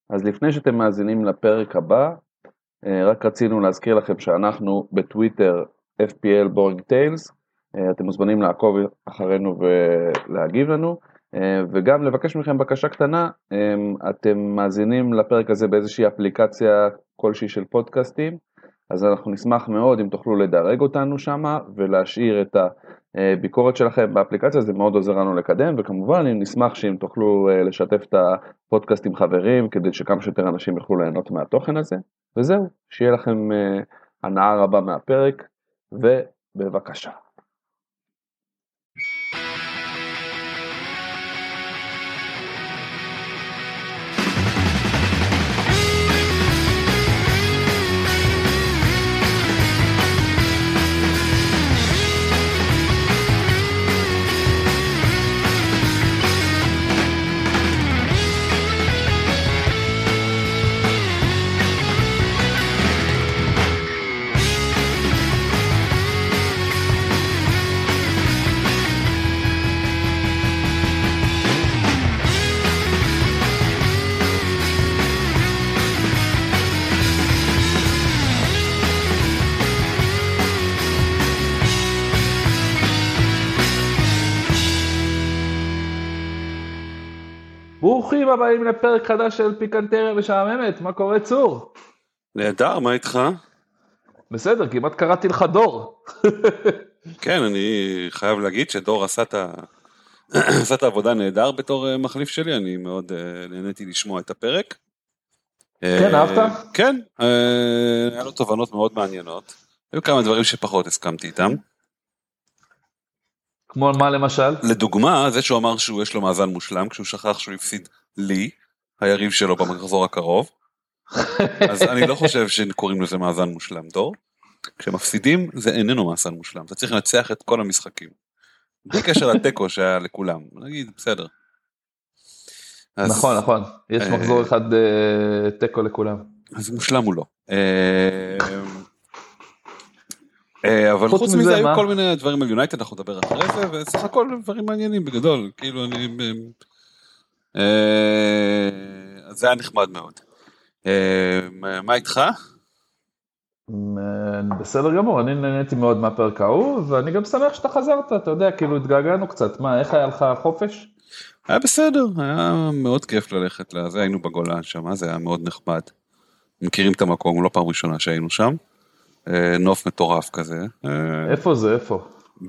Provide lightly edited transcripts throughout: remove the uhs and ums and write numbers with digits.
אז לפני שאתם מאזינים לפרק הבא, רק רצינו להזכיר לכם שאנחנו בטוויטר FPL Boring Tales, אתם מוזמנים לעקוב אחרינו ולהגיב לנו, וגם לבקש מכם בקשה קטנה, אתם מאזינים לפרק הזה באיזושהי אפליקציה כלשהי של פודקאסטים, אז אנחנו נשמח מאוד אם תוכלו לדרג אותנו שם ולהשאיר את הביקורת שלכם באפליקציה, זה מאוד עוזר לנו לקדם, וכמובן נשמח שאם תוכלו לשתף את הפודקאסט עם חברים, כדי שכמה שיותר אנשים יוכלו ליהנות מהתוכן הזה, וזהו, שיהיה לכם הנאה רבה מהפרק, ובבקשה. ברוכים הבאים לפרק חדש של פיקנטריה משעממת, מה קורה צור? נהדר, מה איתך? בסדר, כמעט קראתי לך דור. כן, אני חייב להגיד שדור עשה את העבודה נהדר בתור מחליף שלי, אני מאוד נהניתי לשמוע את הפרק. כן, אהבת? כן, היה לו תובנות מאוד מעניינות, היו כמה דברים שפחות הסכמתי איתם. כמו מה למשל? לדוגמה, זה שהוא אמר שיש לו מאזן מושלם, כשהוא שכח שהוא הפסיד לי, היריב שלו במחזור הקרוב, אז אני לא חושב שקוראים לזה מאזן מושלם, דור. כשמפסידים זה איננו מאזן מושלם, אתה צריך לנצח את כל המשחקים. בלי קשר לטקו שהיה לכולם, נגיד בסדר. נכון, נכון, יש מחזור אחד טקו לכולם. אז מושלם הוא לא. אבל חוץ מזה היו כל מיני דברים על יונייטד, אנחנו נדבר אחרי זה, וסך הכל דברים מעניינים בגדול, כאילו זה היה נחמד מאוד. מה איתך? בסדר גמור, אני נהניתי מאוד מהפרק ההוא, ואני גם שמח שאתה חזרת, אתה יודע, כאילו התגעגענו קצת, מה, איך היה לך חופש? היה בסדר, היה מאוד כיף ללכת לזה, היינו בגולן שם, זה היה מאוד נחמד. מכירים את המקום, לא פעם ראשונה שהיינו שם, נוף מטורף כזה. איפה זה, איפה?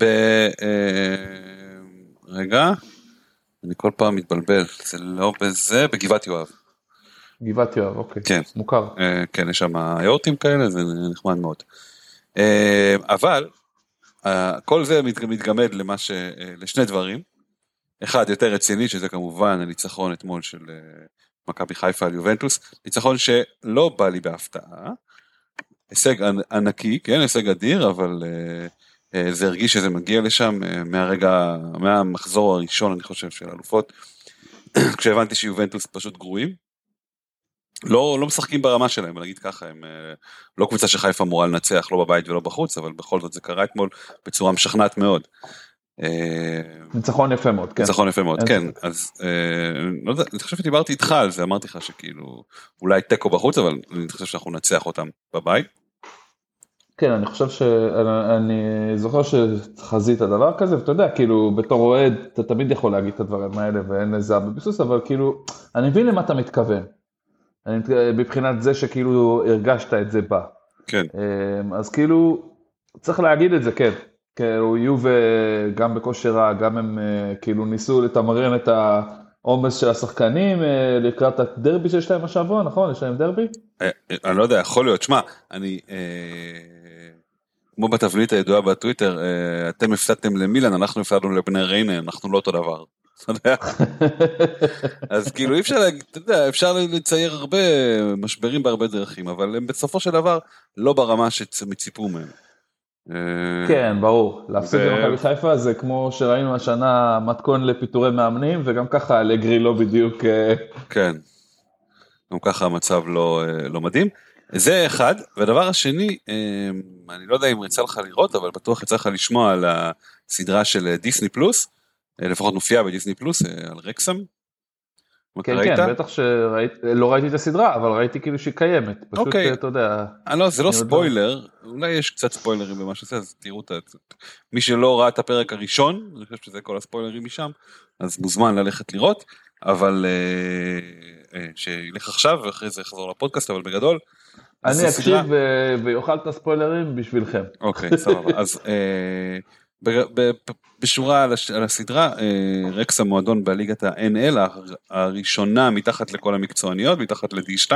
רגע, אני כל פעם מתבלבל, זה לא בזה, בגבעת יואב. גבעת יואב, אוקיי. כן. מוכר. כן, יש שם יורטים כאלה, זה נחמד מאוד. אבל, כל זה מתגמד לשני דברים. אחד יותר רציני, שזה כמובן הניצחון אתמול של מכבי חיפה על יובנטוס, ניצחון שלא בא לי בהפתעה, הישג ענקי, כן, הישג אדיר, אבל זה הרגיש שזה מגיע לשם מהמחזור הראשון, אני חושב, של אלופות, כשהבנתי שיובנטוס פשוט גרועים, לא משחקים ברמה שלהם, נגיד ככה, הם לא קבוצה שחיפה אמורה לנצח, לא בבית ולא בחוץ, אבל בכל זאת זה קרה אתמול בצורה משכנעת מאוד. ניצחון יפה מאוד, כן. ניצחון יפה מאוד, כן. אז לא יודע, אני חושב שדיברתי איתך על זה, אמרתי לך שכאילו, אולי טקו בחוץ, אבל אני חושב שאנחנו נצח אותם בבית. כן, אני זוכר שחזית הדבר כזה, ואתה יודע, כאילו, בתור אוהד, אתה תמיד יכול להגיד את הדברים האלה, ואין לזה בביסוס, אבל כאילו, אני מבין למה אתה מתכוון. מבחינת זה שכאילו הרגשת את זה בה. כן. אז כאילו, צריך להגיד את זה, כן. כאילו, יהיו וגם בכושר רע, גם הם כאילו ניסו לתמרן את העומס של השחקנים, לקראת הדרבי שיש להם השבוע, נכון? יש להם דרבי? אני לא יודע, יכול להיות. שמה, אני, כמו בתבנית הידועה בטוויטר, אתם הפסדתם למילן, אנחנו הפסדנו לבני ריינה, אנחנו לא אותו דבר. אז כאילו אי אפשר להגיד, אתה יודע, אפשר לצייר הרבה משברים בהרבה דרכים, אבל הם בסופו של דבר לא ברמה שמציפו מהם. כן, ברור. להפסיד במכבי חיפה זה כמו שראינו השנה מתכון לפיטורי מאמנים, וגם ככה אלגרי לא בדיוק... כן, גם ככה המצב לא מדהים. זה אחד, והדבר השני, אני לא יודע אם יצא לך לראות, אבל בטוח יצא לך לשמוע על הסדרה של דיסני פלוס, לפחות מופיעה בדיסני פלוס, על רקסם. כן, כן, בטח לא ראיתי את הסדרה, אבל ראיתי כאילו שהיא קיימת, פשוט אתה יודע. לא, זה לא ספוילר, אולי יש קצת ספוילרים במה שזה, אז תראו את זה. מי שלא ראה את הפרק הראשון, אני חושב שזה כל הספוילרים משם, אז מוזמן ללכת לראות, אבל שילך עכשיו, ואחרי זה יחזור לפודקאסט, אבל בגדול. אני אקשיב ויוכל את הספוילרים בשבילכם. אוקיי, סבבה. אז בשורה על הסדרה, רקס המועדון בליגת ה-NL, הראשונה מתחת לכל המקצועניות, מתחת ל-D2,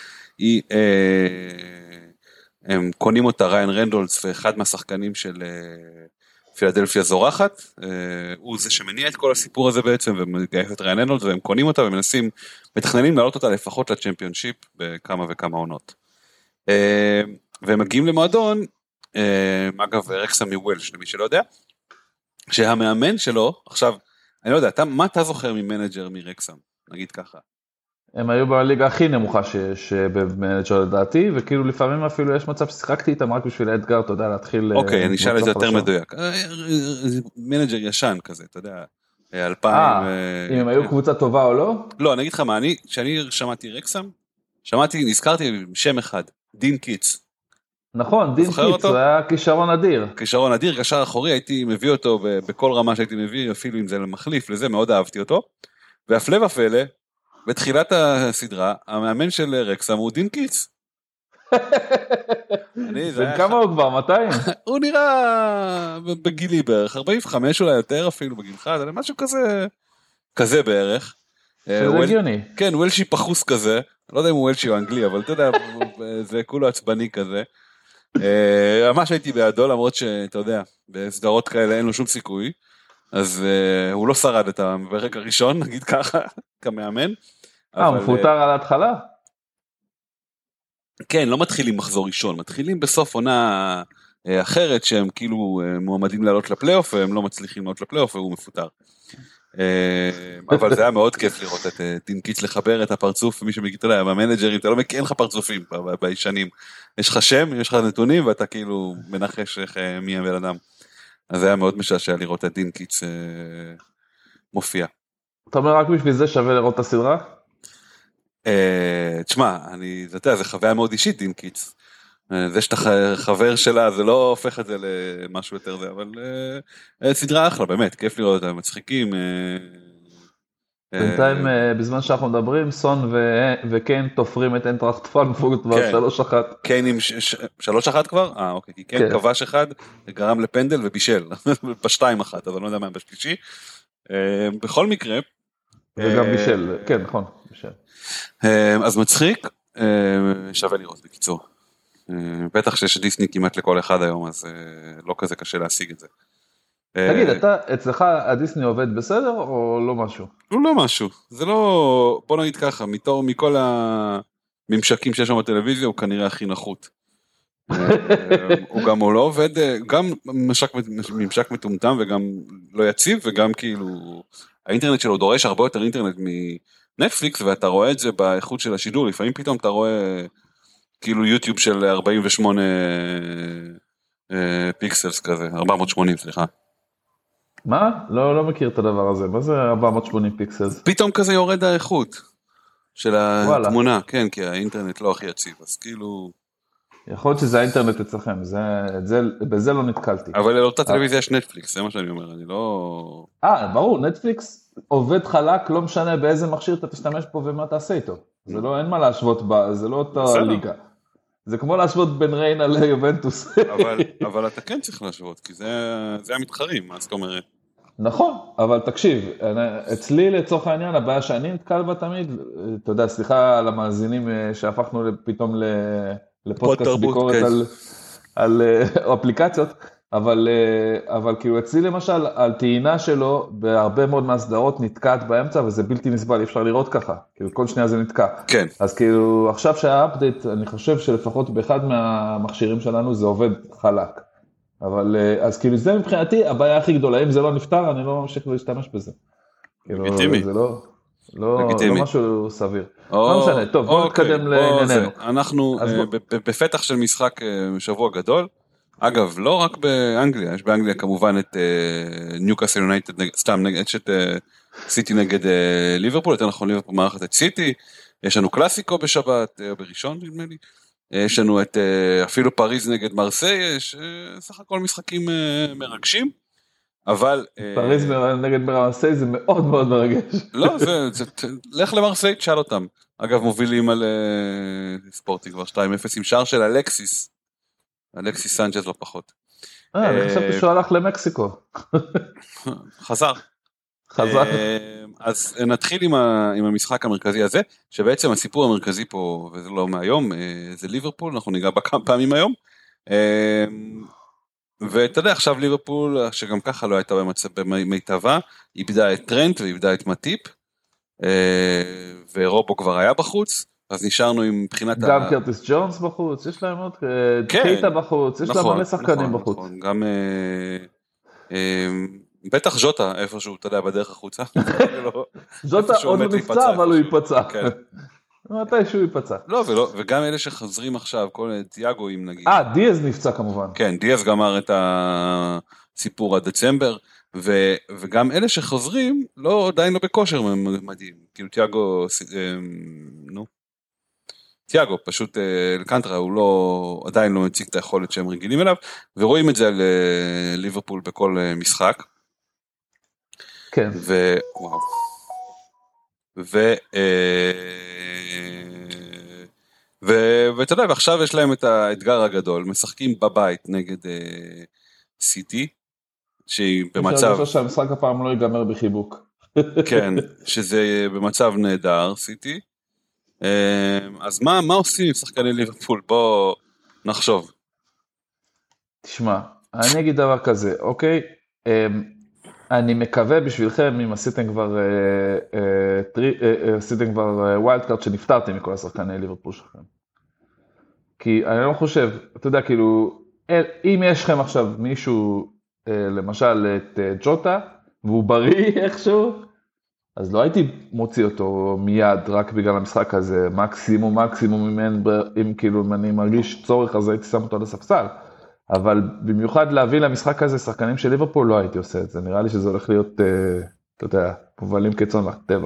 הם קונים אותה ריין רנדולס, ואחד מהשחקנים של פילדלפיה זורחת, הוא זה שמניע את כל הסיפור הזה בעצם, ומגייס את ריין רנדולס, והם קונים אותה ומנסים, מתכננים להעלות אותה לפחות לצ'מפיונשיפ, בכמה וכמה עונות. והם מגיעים למועדון, אגב רקסה מוולש, למי שלא יודע, שהמאמן שלו, עכשיו, אני לא יודע, מה אתה זוכר ממנג'ר מרקסם, נגיד ככה? הם היו בליגה הכי נמוכה שיש במנג'ר לדעתי, וכאילו לפעמים אפילו יש מצב ששיחקתי איתם רק בשביל האתגר, אתה יודע, להתחיל... אוקיי, אני אשאל את זה יותר מדויק. מנג'ר ישן כזה, אתה יודע, 2000... אם הם היו קבוצה טובה או לא? לא, אני אגיד לך מה, כשאני שמעתי רקסם, נזכרתי שם אחד, דין קיץ. נכון, דין קיץ, הוא היה כישרון אדיר. כישרון אדיר, קשר אחורי, הייתי מביא אותו בכל רמה שהייתי מביא, אפילו אם זה מחליף לזה, מאוד אהבתי אותו. והפלא ופלא, בתחילת הסדרה, המאמן של רקסם הוא דין קיץ. כמה הוא כבר, 200? הוא נראה בגילי בערך, 45 אולי יותר אפילו בגילך, זה משהו כזה בערך. שזה הגיוני. כן, וולשי פחוס כזה, לא יודע אם הוא וולשי או אנגלי, אבל אתה יודע, זה כולו עצבני כזה. ממש הייתי בעדו, למרות שאתה יודע, בסדרות כאלה אין לו שום סיכוי, אז הוא לא שרד את הפרק הראשון, נגיד ככה, כמאמן. הוא מפוטר על ההתחלה? כן, לא מתחילים מחזור ראשון, מתחילים בסוף עונה אחרת, שהם כאילו מועמדים לעלות לפלייאוף, והם לא מצליחים לעלות לפלייאוף, והוא מפוטר. אבל זה היה מאוד כיף לראות את דין קיץ לחבר את הפרצוף, מי שמגיד, אתה יודע, במנג'רים, אתה לא מכיר, אין לך פרצופים בישנים, יש לך שם, יש לך נתונים, ואתה כאילו מנחש מי הבן אדם. אז זה היה מאוד משעשע לראות את דין קיץ מופיע. אתה אומר, רק בשביל זה שווה לראות את הסדרה? תשמע, אתה יודע, זה חוויה מאוד אישית, דין קיץ. זה שאתה חבר שלה, זה לא הופך את זה למשהו יותר זה, אבל סדרה אחלה, באמת, כיף לראות אותם, מצחיקים. בינתיים, בזמן שאנחנו מדברים, סון וקיין תופרים את אינטראכט פרנקפורט כבר 3-1. קיין עם 3-1 כבר? אוקיי, כי קיין כבש אחד, גרם לפנדל ובישל, ב-2-1, אז אני לא יודע מה בשלישי. בכל מקרה. וגם בישל, כן, נכון, בישל. אז מצחיק, שווה לראות בקיצור. בטח שיש דיסני כמעט לכל אחד היום, אז לא כזה קשה להשיג את זה. תגיד, אצלך הדיסני עובד בסדר או לא משהו? הוא לא משהו, זה לא, בוא נגיד ככה, מכל הממשקים שיש שם בטלוויזיה, הוא כנראה הכי נחות. הוא לא עובד, גם ממשק מטומטם וגם לא יציב, וגם כאילו, האינטרנט שלו דורש הרבה יותר אינטרנט מנטפליקס, ואתה רואה את זה באיכות של השידור, לפעמים פתאום אתה רואה כאילו יוטיוב של 48 פיקסלס כזה, 480 סליחה. מה? לא מכיר את הדבר הזה, מה זה 480 פיקסלס? פתאום כזה יורד האיכות של התמונה, כן, כי האינטרנט לא הכי יציב, אז כאילו... יכול להיות שזה האינטרנט אצלכם, בזה לא נתקלתי. אבל לאותה טלוויזיה יש נטפליקס, זה מה שאני אומר, אני לא... ברור, נטפליקס עובד חלק, לא משנה באיזה מכשיר אתה תשתמש פה ומה תעשה איתו. זה לא, אין מה להשוות, זה לא אותה ליגה. זה כמו להשוות בין ריינה ליובנטוס. אבל אתה כן צריך להשוות, כי זה המתחרים, מה זאת אומרת? נכון, אבל תקשיב, אצלי לצורך העניין, הבעיה שאני נתקל בה תמיד, אתה יודע, סליחה על המאזינים שהפכנו פתאום לפודקאסט ביקורת על אפליקציות, אבל כאילו אצלי למשל, על טעינה שלו, בהרבה מאוד מהסדרות נתקעת באמצע, וזה בלתי נסבל, אי אפשר לראות ככה, כאילו כל שנייה זה נתקע. כן. אז כאילו עכשיו שהאפדייט, אני חושב שלפחות באחד מהמכשירים שלנו זה עובד חלק. אבל אז כאילו זה מבחינתי הבעיה הכי גדולה, אם זה לא נפתר, אני לא ממשיך להשתמש בזה. לגיטימי. זה לא משהו סביר. לא משנה, טוב, בואו נתקדם לענייננו. אנחנו בפתח של משחק שבוע גדול, אגב, לא רק באנגליה, יש באנגליה כמובן את ניוקאסל יונייטד, סתם, יש את סיטי נגד ליברפול, יותר נכון ליברפול מארחת את סיטי, יש לנו קלאסיקו בשבת, בראשון נדמה לי, יש לנו את אפילו פריז נגד מרסיי, יש סך הכל משחקים מרגשים, אבל... פריז נגד מרסיי זה מאוד מאוד מרגש. לא, לך למרסיי, תשאל אותם. אגב, מובילים על ספורטינג כבר 2-0 עם שער של אלקסיס סנצ'ז לא פחות. אני חשבתי שהוא הלך למקסיקו. חזר. אז נתחיל עם המשחק המרכזי הזה, שבעצם הסיפור המרכזי פה, וזה לא מהיום, זה ליברפול, אנחנו ניגע בה כמה פעמים היום. ואתה יודע, עכשיו ליברפול, שגם ככה לא הייתה במיטבה, איבדה את טרנט ואיבדה את מטיפ, ורובו כבר היה בחוץ, אז נשארנו עם מבחינת... גם קרטיס ג'ונס בחוץ, יש להם עוד... קייטה בחוץ, יש להם מלא שחקנים בחוץ. גם... בטח ז'וטה איפשהו, אתה יודע, בדרך החוצה. ז'וטה עוד לא נפצע, אבל הוא ייפצע. מתי שהוא ייפצע. לא, וגם אלה שחזרים עכשיו, כל דיאגוים נגיד. דיאז נפצע כמובן. כן, דיאז גמר את הסיפור עד דצמבר, וגם אלה שחוזרים, עדיין לא בכושר מדהים. כאילו תיאגו, פשוט אלקנטרה, הוא עדיין לא מציג את היכולת שהם רגילים אליו, ורואים את זה על ליברפול בכל משחק. כן. וואו. ואתה יודע, ועכשיו יש להם את האתגר הגדול, משחקים בבית נגד סיטי, שהיא במצב... אני חושב שהמשחק הפעם לא ייגמר בחיבוק. כן, שזה במצב נהדר, סיטי. אז מה עושים עם שחקני ליברפול? בוא נחשוב. תשמע, אני אגיד דבר כזה, אוקיי? אני מקווה בשבילכם, אם עשיתם כבר ווילד קארד שנפטרתם מכל השחקני ליברפול שלכם. כי אני לא חושב, אתה יודע, כאילו, אם יש לכם עכשיו מישהו, למשל את ג'וטה, והוא בריא איכשהו, אז לא הייתי מוציא אותו מיד רק בגלל המשחק הזה, מקסימום אם כאילו אני מרגיש צורך, אז הייתי שם אותו לספסל. אבל במיוחד להביא למשחק הזה שחקנים של ליברפול, לא הייתי עושה את זה. נראה לי שזה הולך להיות, אתה יודע, מובלים כצאן לטבח.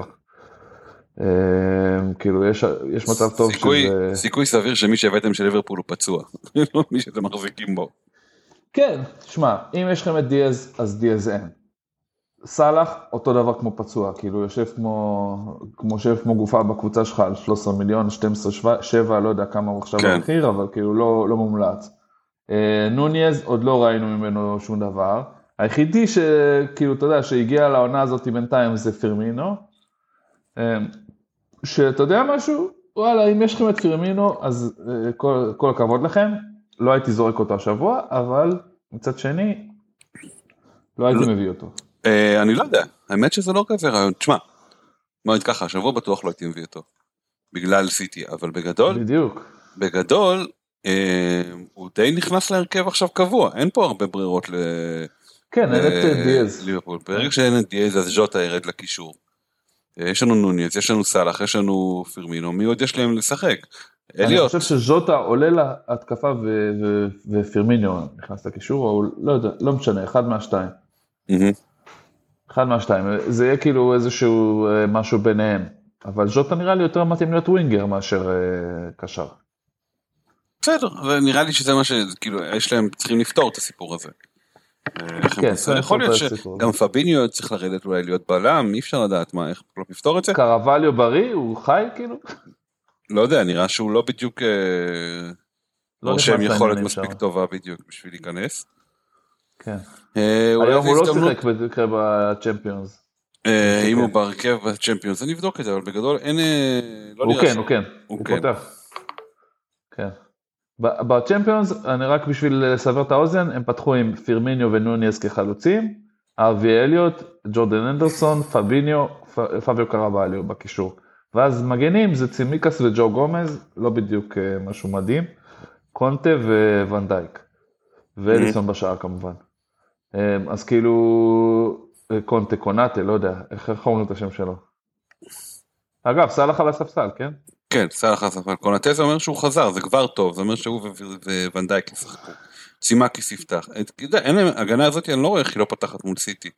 כאילו יש מצב טוב שזה... סיכוי סביר שמי שהבאתם של ליברפול הוא פצוע. לא מי שאתם מחזיקים בו. כן, תשמע, אם יש לכם את דיאז, אז דיאז אין. סלח, אותו דבר כמו פצוע, כאילו יושב כמו גופה בקבוצה שלך על 13 מיליון, 12, 7, לא יודע כמה הוא עכשיו במחיר, אבל כאילו לא מומלץ. נוניאז, עוד לא ראינו ממנו שום דבר. היחידי שכאילו, אתה יודע, שהגיע לעונה הזאת בינתיים זה פירמינו, שאתה יודע משהו, וואלה, אם יש לכם את פירמינו, אז כל הכבוד לכם, לא הייתי זורק אותו השבוע, אבל מצד שני, לא הייתי מביא אותו. אני לא יודע, האמת שזה לא כזה רעיון, תשמע, מאוד ככה, השבוע בטוח לא הייתי מביא אותו, בגלל סיטי, אבל בגדול, הוא די נכנס להרכב עכשיו קבוע, אין פה הרבה ברירות כן, אין את דיאז. ברגע שאין את דיאז, אז ז'וטה ירד לקישור. יש לנו נוניאז, יש לנו סלח, יש לנו פירמינו, מי עוד יש להם לשחק? אני חושב שז'וטה עולה להתקפה ופירמינו נכנס לקישור, או לא יודע, לא משנה, אחד מהשתיים. זה יהיה כאילו איזשהו משהו ביניהם, אבל ז'וטה נראה לי יותר מתאים להיות ווינגר מאשר קשר. בסדר, נראה לי שזה מה שכאילו, יש להם, צריכים לפתור את הסיפור הזה. כן, יכול להיות שגם פביניו צריך לרדת אולי להיות בלם, אי אפשר לדעת מה, איך לא לפתור את זה. קרווליו בריא, הוא חי כאילו? לא יודע, נראה שהוא לא בדיוק, לא שהם יכולת מספיק טובה בדיוק בשביל להיכנס. כן. היום הוא לא שיחק בצ'מפיונס. אם הוא בהרכב בצ'מפיונס, אני אבדוק את זה, אבל בגדול אין... הוא פותח. כן. בצ'מפיונס, אני רק בשביל לסבר את האוזן, הם פתחו עם פירמיניו ונוניאז כחלוצים, ארווי אליוט, ג'ורדן אנדרסון, פביו קרווליו בקישור. ואז מגנים זה צימיקס וג'ו גומז, לא בדיוק משהו מדהים, קונטה וונדייק, ואליסון בשער כמובן. אז כאילו, קונטה, לא יודע, איך אומרים את השם שלו? אגב, סלח על הספסל, כן? כן, סלח על הספסל. קונטה זה אומר שהוא חזר, זה כבר טוב, זה אומר שהוא וונדייק ישחקו. צימקיס יפתח. אין להם, הגנה הזאת אני לא רואה איך היא לא פתחת מול סיטי.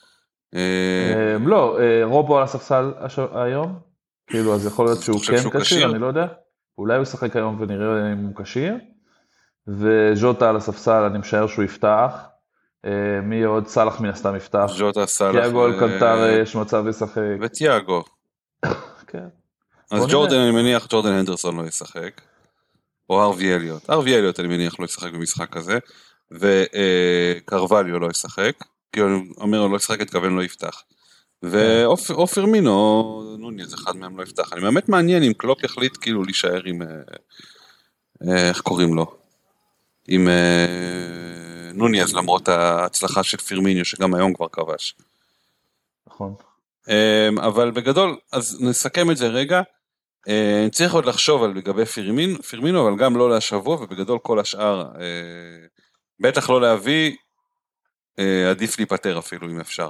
לא, רובו על הספסל היום, כאילו אז יכול להיות שהוא כן כשיר, אני לא יודע, אולי הוא ישחק היום ונראה אם הוא כשיר, וז'וטה על הספסל, אני משער שהוא יפתח, מי עוד? סלח מן הסתם יפתח, ז'וטה, סלח, תיאגו אלקנטר יש מצב לשחק, ותיאגו, כן. אז ג'ורדן אני מניח, ג'ורדן הנדרסון לא ישחק, או ארווי אליוט, ארווי אליוט אני מניח לא ישחק במשחק הזה, וקרווליו לא ישחק, כי הוא אומר לא ישחק, התכוון לא יפתח. ואופר מינו, נוניז, אחד מהם לא יפתח. אני באמת מעניין אם קלופ יחליט כאילו להישאר עם, איך קוראים לו? עם נוניז, למרות ההצלחה של פירמיניו, שגם היום כבר כבש. נכון. אבל בגדול, אז נסכם את זה רגע. צריך עוד לחשוב על לגבי פירמינו, אבל גם לא להשבוע, ובגדול כל השאר, בטח לא להביא, עדיף להיפטר אפילו אם אפשר.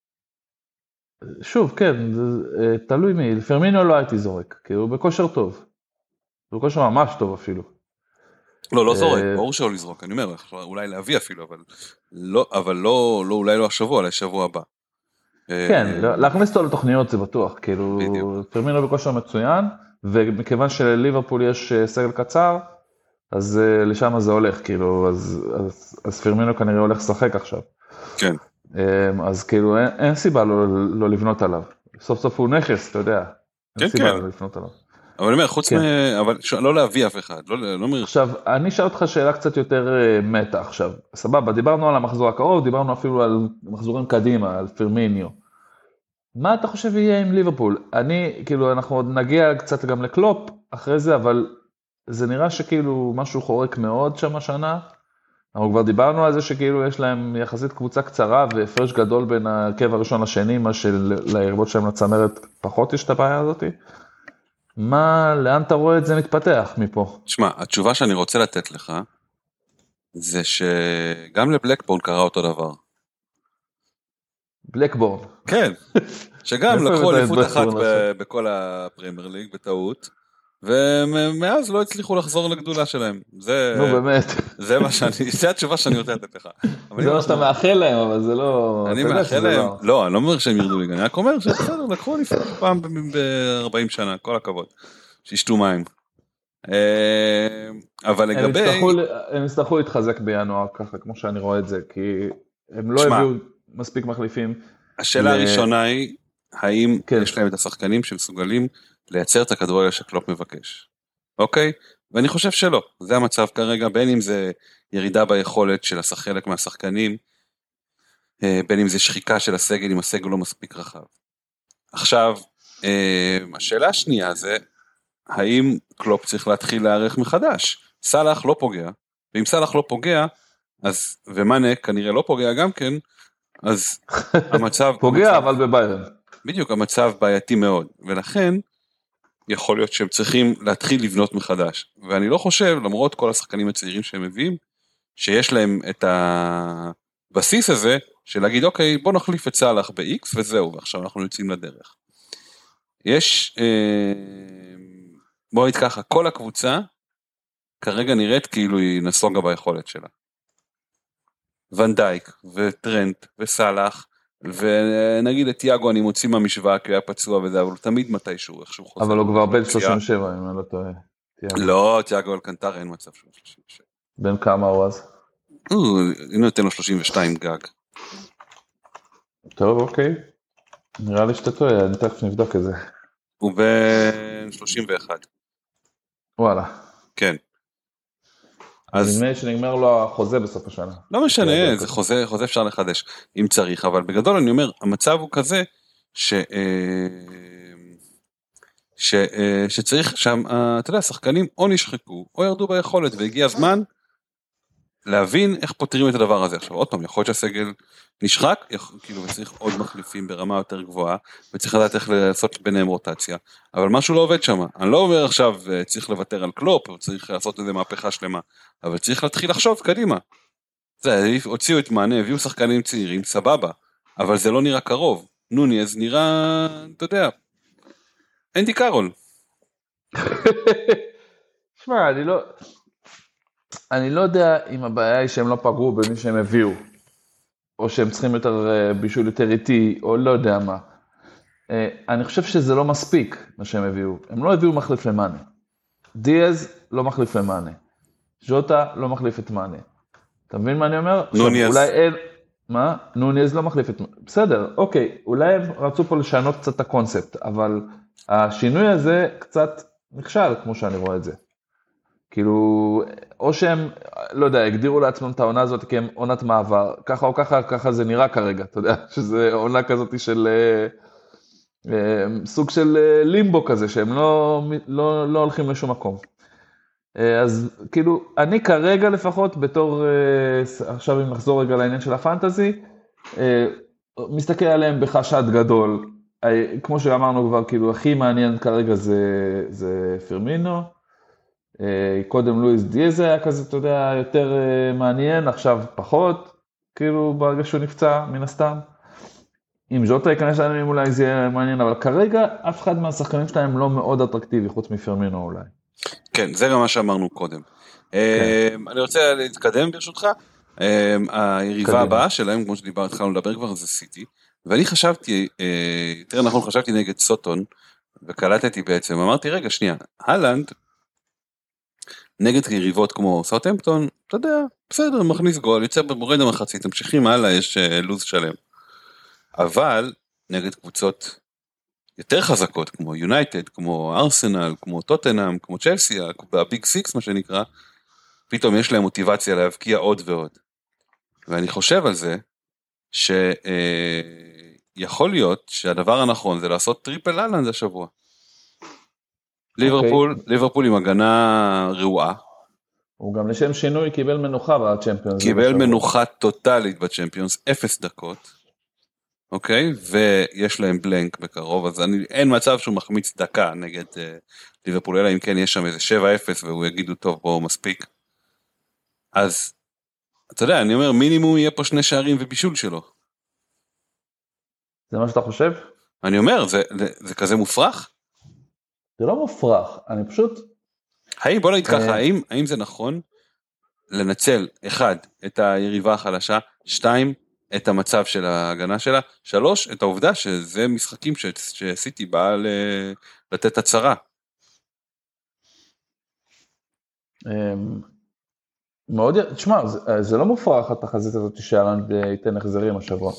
שוב, כן, תלוי מי, פרמינו לא הייתי זורק, כי הוא בכושר טוב, הוא בכושר ממש טוב אפילו. לא זורק, ברור שלא לזרוק, אני אומר, אולי להביא אפילו, אבל לא, אולי לא השבוע, אולי שבוע הבא. כן, להכניס אותו לתוכניות זה בטוח, כאילו, פרמינו בכושר מצוין, ומכיוון שלליברפול יש סגל קצר, אז לשם זה הולך, כאילו, אז פרמינו כנראה הולך לשחק עכשיו. כן. אז כאילו אין סיבה לא לבנות עליו, סוף סוף הוא נכס, אתה יודע, אין סיבה לא לבנות עליו. אבל אני אומר, חוץ אבל לא להביא אף אחד, עכשיו, אני אשאל אותך שאלה קצת יותר מטה עכשיו, סבבה, דיברנו על המחזור הקרוב, דיברנו אפילו על מחזורים קדימה, על פירמיניו. מה אתה חושב יהיה עם ליברפול? כאילו, אנחנו עוד נגיע קצת גם לקלופ אחרי זה, אבל זה נראה שכאילו משהו חורק מאוד שם השנה, אנחנו כבר דיברנו על זה שכאילו יש להם יחסית קבוצה קצרה והפרש גדול בין הרכב הראשון לשני, מה שליריבות שלהם לצמרת פחות יש את הבעיה הזאת. לאן אתה רואה את זה מתפתח מפה? תשמע, התשובה שאני רוצה לתת לך, זה שגם לבלקבורן קרה אותו דבר. בלקבורן? כן, שגם לקחו אליפות אחת בכל הפרמייר ליג בטעות, ומאז לא הצליחו לחזור לגדולה שלהם. נו באמת. זה התשובה שאני רוצה לתת לך. זה מה שאתה מאחל להם, אבל זה לא... אני מאחל להם, לא, אני לא אומר שהם ירדו ליגה, אני רק אומר שבסדר, לקחו אליפות פעם ב-40 שנה, כל הכבוד, שישתו מים. אבל לגבי... הם יצטרכו להתחזק בינואר ככה, כמו שאני רואה את זה, כי הם לא הביאו מספיק מחליפים. השאלה הראשונה היא, האם יש להם את השחקנים שמסוגלים לייצר את הכדורגל שקלופ מבקש? אוקיי? ואני חושב שלא. זה המצב כרגע, בין אם זה ירידה ביכולת של חלק מהשחקנים, בין אם זה שחיקה של הסגל, אם הסגל לא מספיק רחב. עכשיו, השאלה השנייה זה, האם קלופ צריך להתחיל להערך מחדש? סלח לא פוגע, ואם סלח לא פוגע, אז, ומאנה כנראה לא פוגע גם כן, אז המצב... פוגע אבל בביירן. בדיוק, המצב בעייתי מאוד, ולכן יכול להיות שהם צריכים להתחיל לבנות מחדש, ואני לא חושב, למרות כל השחקנים הצעירים שהם מביאים, שיש להם את הבסיס הזה, של להגיד, אוקיי, בוא נחליף את סלח ב-X וזהו, ועכשיו אנחנו יוצאים לדרך. יש, בוא נגיד ככה, כל הקבוצה, כרגע נראית כאילו היא נסוגה ביכולת שלה. ונדייק וטרנט וסלח, ונגיד את תיאגו אני מוציא מהמשוואה כי הוא היה פצוע וזה, אבל הוא תמיד מתישהו איכשהו חוזר. אבל הוא כבר בן 37 אם אני לא טועה. לא, תיאגו אלקנטר אין מצב שהוא 37. בן כמה הוא אז? אני נותן לו 32 גג. טוב, אוקיי. נראה לי שאתה טועה, אני תכף נבדוק את זה. הוא בן 31. וואלה. כן. אז נדמה שנגמר לו החוזה בסוף השנה. לא משנה, זה חוזה אפשר לחדש, אם צריך, אבל בגדול אני אומר, המצב הוא כזה, שצריך שם, אתה יודע, השחקנים או נשחקו, או ירדו ביכולת, והגיע הזמן להבין איך פותרים את הדבר הזה. עכשיו, עוד פעם, יכול להיות שהסגל נשחק, כאילו, וצריך עוד מחליפים ברמה יותר גבוהה, וצריך לדעת איך לעשות ביניהם רוטציה, אבל משהו לא עובד שם. אני לא אומר עכשיו, צריך לוותר על קלופ, או צריך לעשות איזה מהפכה שלמה, אבל צריך להתחיל לחשוב קדימה. הוציאו את מענה, הביאו שחקנים צעירים, סבבה, אבל זה לא נראה קרוב. נוניז נראה, אתה יודע, אנדי קארול. שמע, אני לא... אני לא יודע אם הבעיה היא שהם לא פגעו במי שהם הביאו, או שהם צריכים יותר בישול יותר איטי, או לא יודע מה. אני חושב שזה לא מספיק מה שהם הביאו. הם לא הביאו מחליף למאנה. דיאז לא מחליף למאנה. ז'וטה לא מחליף את מאנה. אתה מבין מה אני אומר? נוניאז. אולי אין... מה? נוניאז לא מחליף את... בסדר, אוקיי. אולי הם רצו פה לשנות קצת את הקונספט, אבל השינוי הזה קצת נכשל, כמו שאני רואה את זה. כאילו, או שהם, לא יודע, הגדירו לעצמם את העונה הזאת כי הם עונת מעבר, ככה או ככה, ככה זה נראה כרגע, אתה יודע, שזה עונה כזאת של... סוג של לימבו כזה, שהם לא הולכים לשום מקום. אז כאילו, אני כרגע לפחות, בתור, עכשיו אם נחזור רגע לעניין של הפנטזי, מסתכל עליהם בחשד גדול. כמו שאמרנו כבר, כאילו, הכי מעניין כרגע זה פרמינו. קודם לואיס דיאז היה כזה, אתה יודע, יותר מעניין, עכשיו פחות, כאילו, ברגע שהוא נפצע, מן הסתם. אם ז'וטה ייכנס לעניינים אולי זה יהיה מעניין, אבל כרגע אף אחד מהשחקנים שלהם לא מאוד אטרקטיבי, חוץ מפרמינו אולי. כן, זה גם מה שאמרנו קודם. אני רוצה להתקדם ברשותך. היריבה הבאה שלהם, כמו שדיבר, התחלנו לדבר כבר, זה סיטי. ואני חשבתי, יותר נכון חשבתי נגד סוטון, וקלטתי בעצם, אמרתי, רגע, שנייה, הלנד, נגד יריבות כמו סאוטהמפטון, אתה יודע, בסדר, מכניס גול, יוצא במורד המחצית, תמשיכים הלאה, יש לוז שלם. אבל נגד קבוצות יותר חזקות, כמו יונייטד, כמו ארסנל, כמו טוטנהאם, כמו צ'לסי, הביג סיקס מה שנקרא, פתאום יש להם מוטיבציה להבקיע עוד ועוד. ואני חושב על זה, שיכול להיות שהדבר הנכון זה לעשות טריפל הלנד השבוע. ליברפול עם הגנה רעועה. הוא גם לשם שינוי קיבל מנוחה בצ'מפיונס. קיבל מנוחה טוטלית בצ'מפיונס, 0 דקות. אוקיי, ויש להם בלנק בקרוב, אז אין מצב שהוא מחמיץ דקה נגד ליברפול, אלא אם כן יש שם איזה 7-0 והוא יגידו טוב בואו מספיק. אז אתה יודע, אני אומר מינימום יהיה פה 2 שערים ובישול שלו. זה מה שאתה חושב? אני אומר, זה כזה מופרך? זה לא מופרך, אני פשוט... בוא נגיד ככה, האם זה נכון לנצל 1 את היריבה החלשה, 2 את המצב של ההגנה שלה, 3 את העובדה שזה משחקים שסיטי באה לתת הצהרה. מאוד, תשמע, זה לא מופרך התחזית הזאת שהלנד ייתן החזרים השבוע.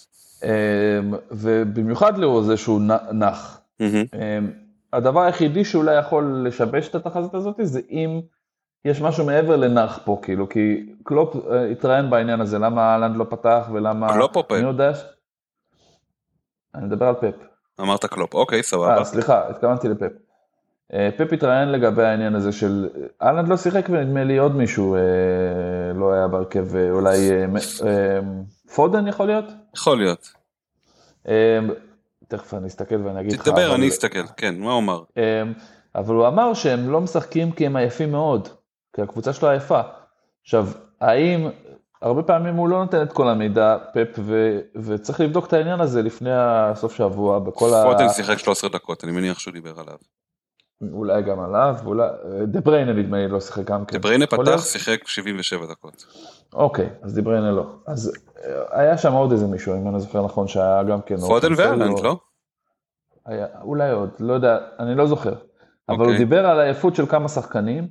ובמיוחד לאור זה שהוא נח. הדבר היחידי שאולי יכול לשבש את התחזית הזאת זה אם יש משהו מעבר לנח פה, כאילו, כי קלופ התראיין בעניין הזה, למה הלנד לא פתח ולמה... קלופ או פפ? אני יודע אני מדבר על פפ. אמרת קלופ, אוקיי, סבבה. סליחה, התכוונתי לפפ. פפ התראיין לגבי העניין הזה של... הלנד לא שיחק ונדמה לי עוד מישהו לא היה בהרכב, אולי פודן יכול להיות? יכול להיות. תכף אני אסתכל ואני אגיד לך. תדבר, אני אסתכל, כן, מה הוא אמר? אבל הוא אמר שהם לא משחקים כי הם עייפים מאוד, כי הקבוצה שלו עייפה. עכשיו, האם, הרבה פעמים הוא לא נותן את כל המידע, פפ, וצריך לבדוק את העניין הזה לפני הסוף שבוע, בכל פודן שיחק 13 דקות, אני מניח שהוא דיבר עליו. אולי גם עליו, דבריינה נדמה לי לא שיחק גם כן. דבריינה פתח, שיחק 77 דקות. אוקיי, אז דבריינה לא. אז היה שם עוד איזה מישהו, אם אני זוכר נכון, שהיה גם כן... פודן ואלנד, לא? אולי עוד, לא יודע, אני לא זוכר. אבל הוא דיבר על העייפות של כמה שחקנים,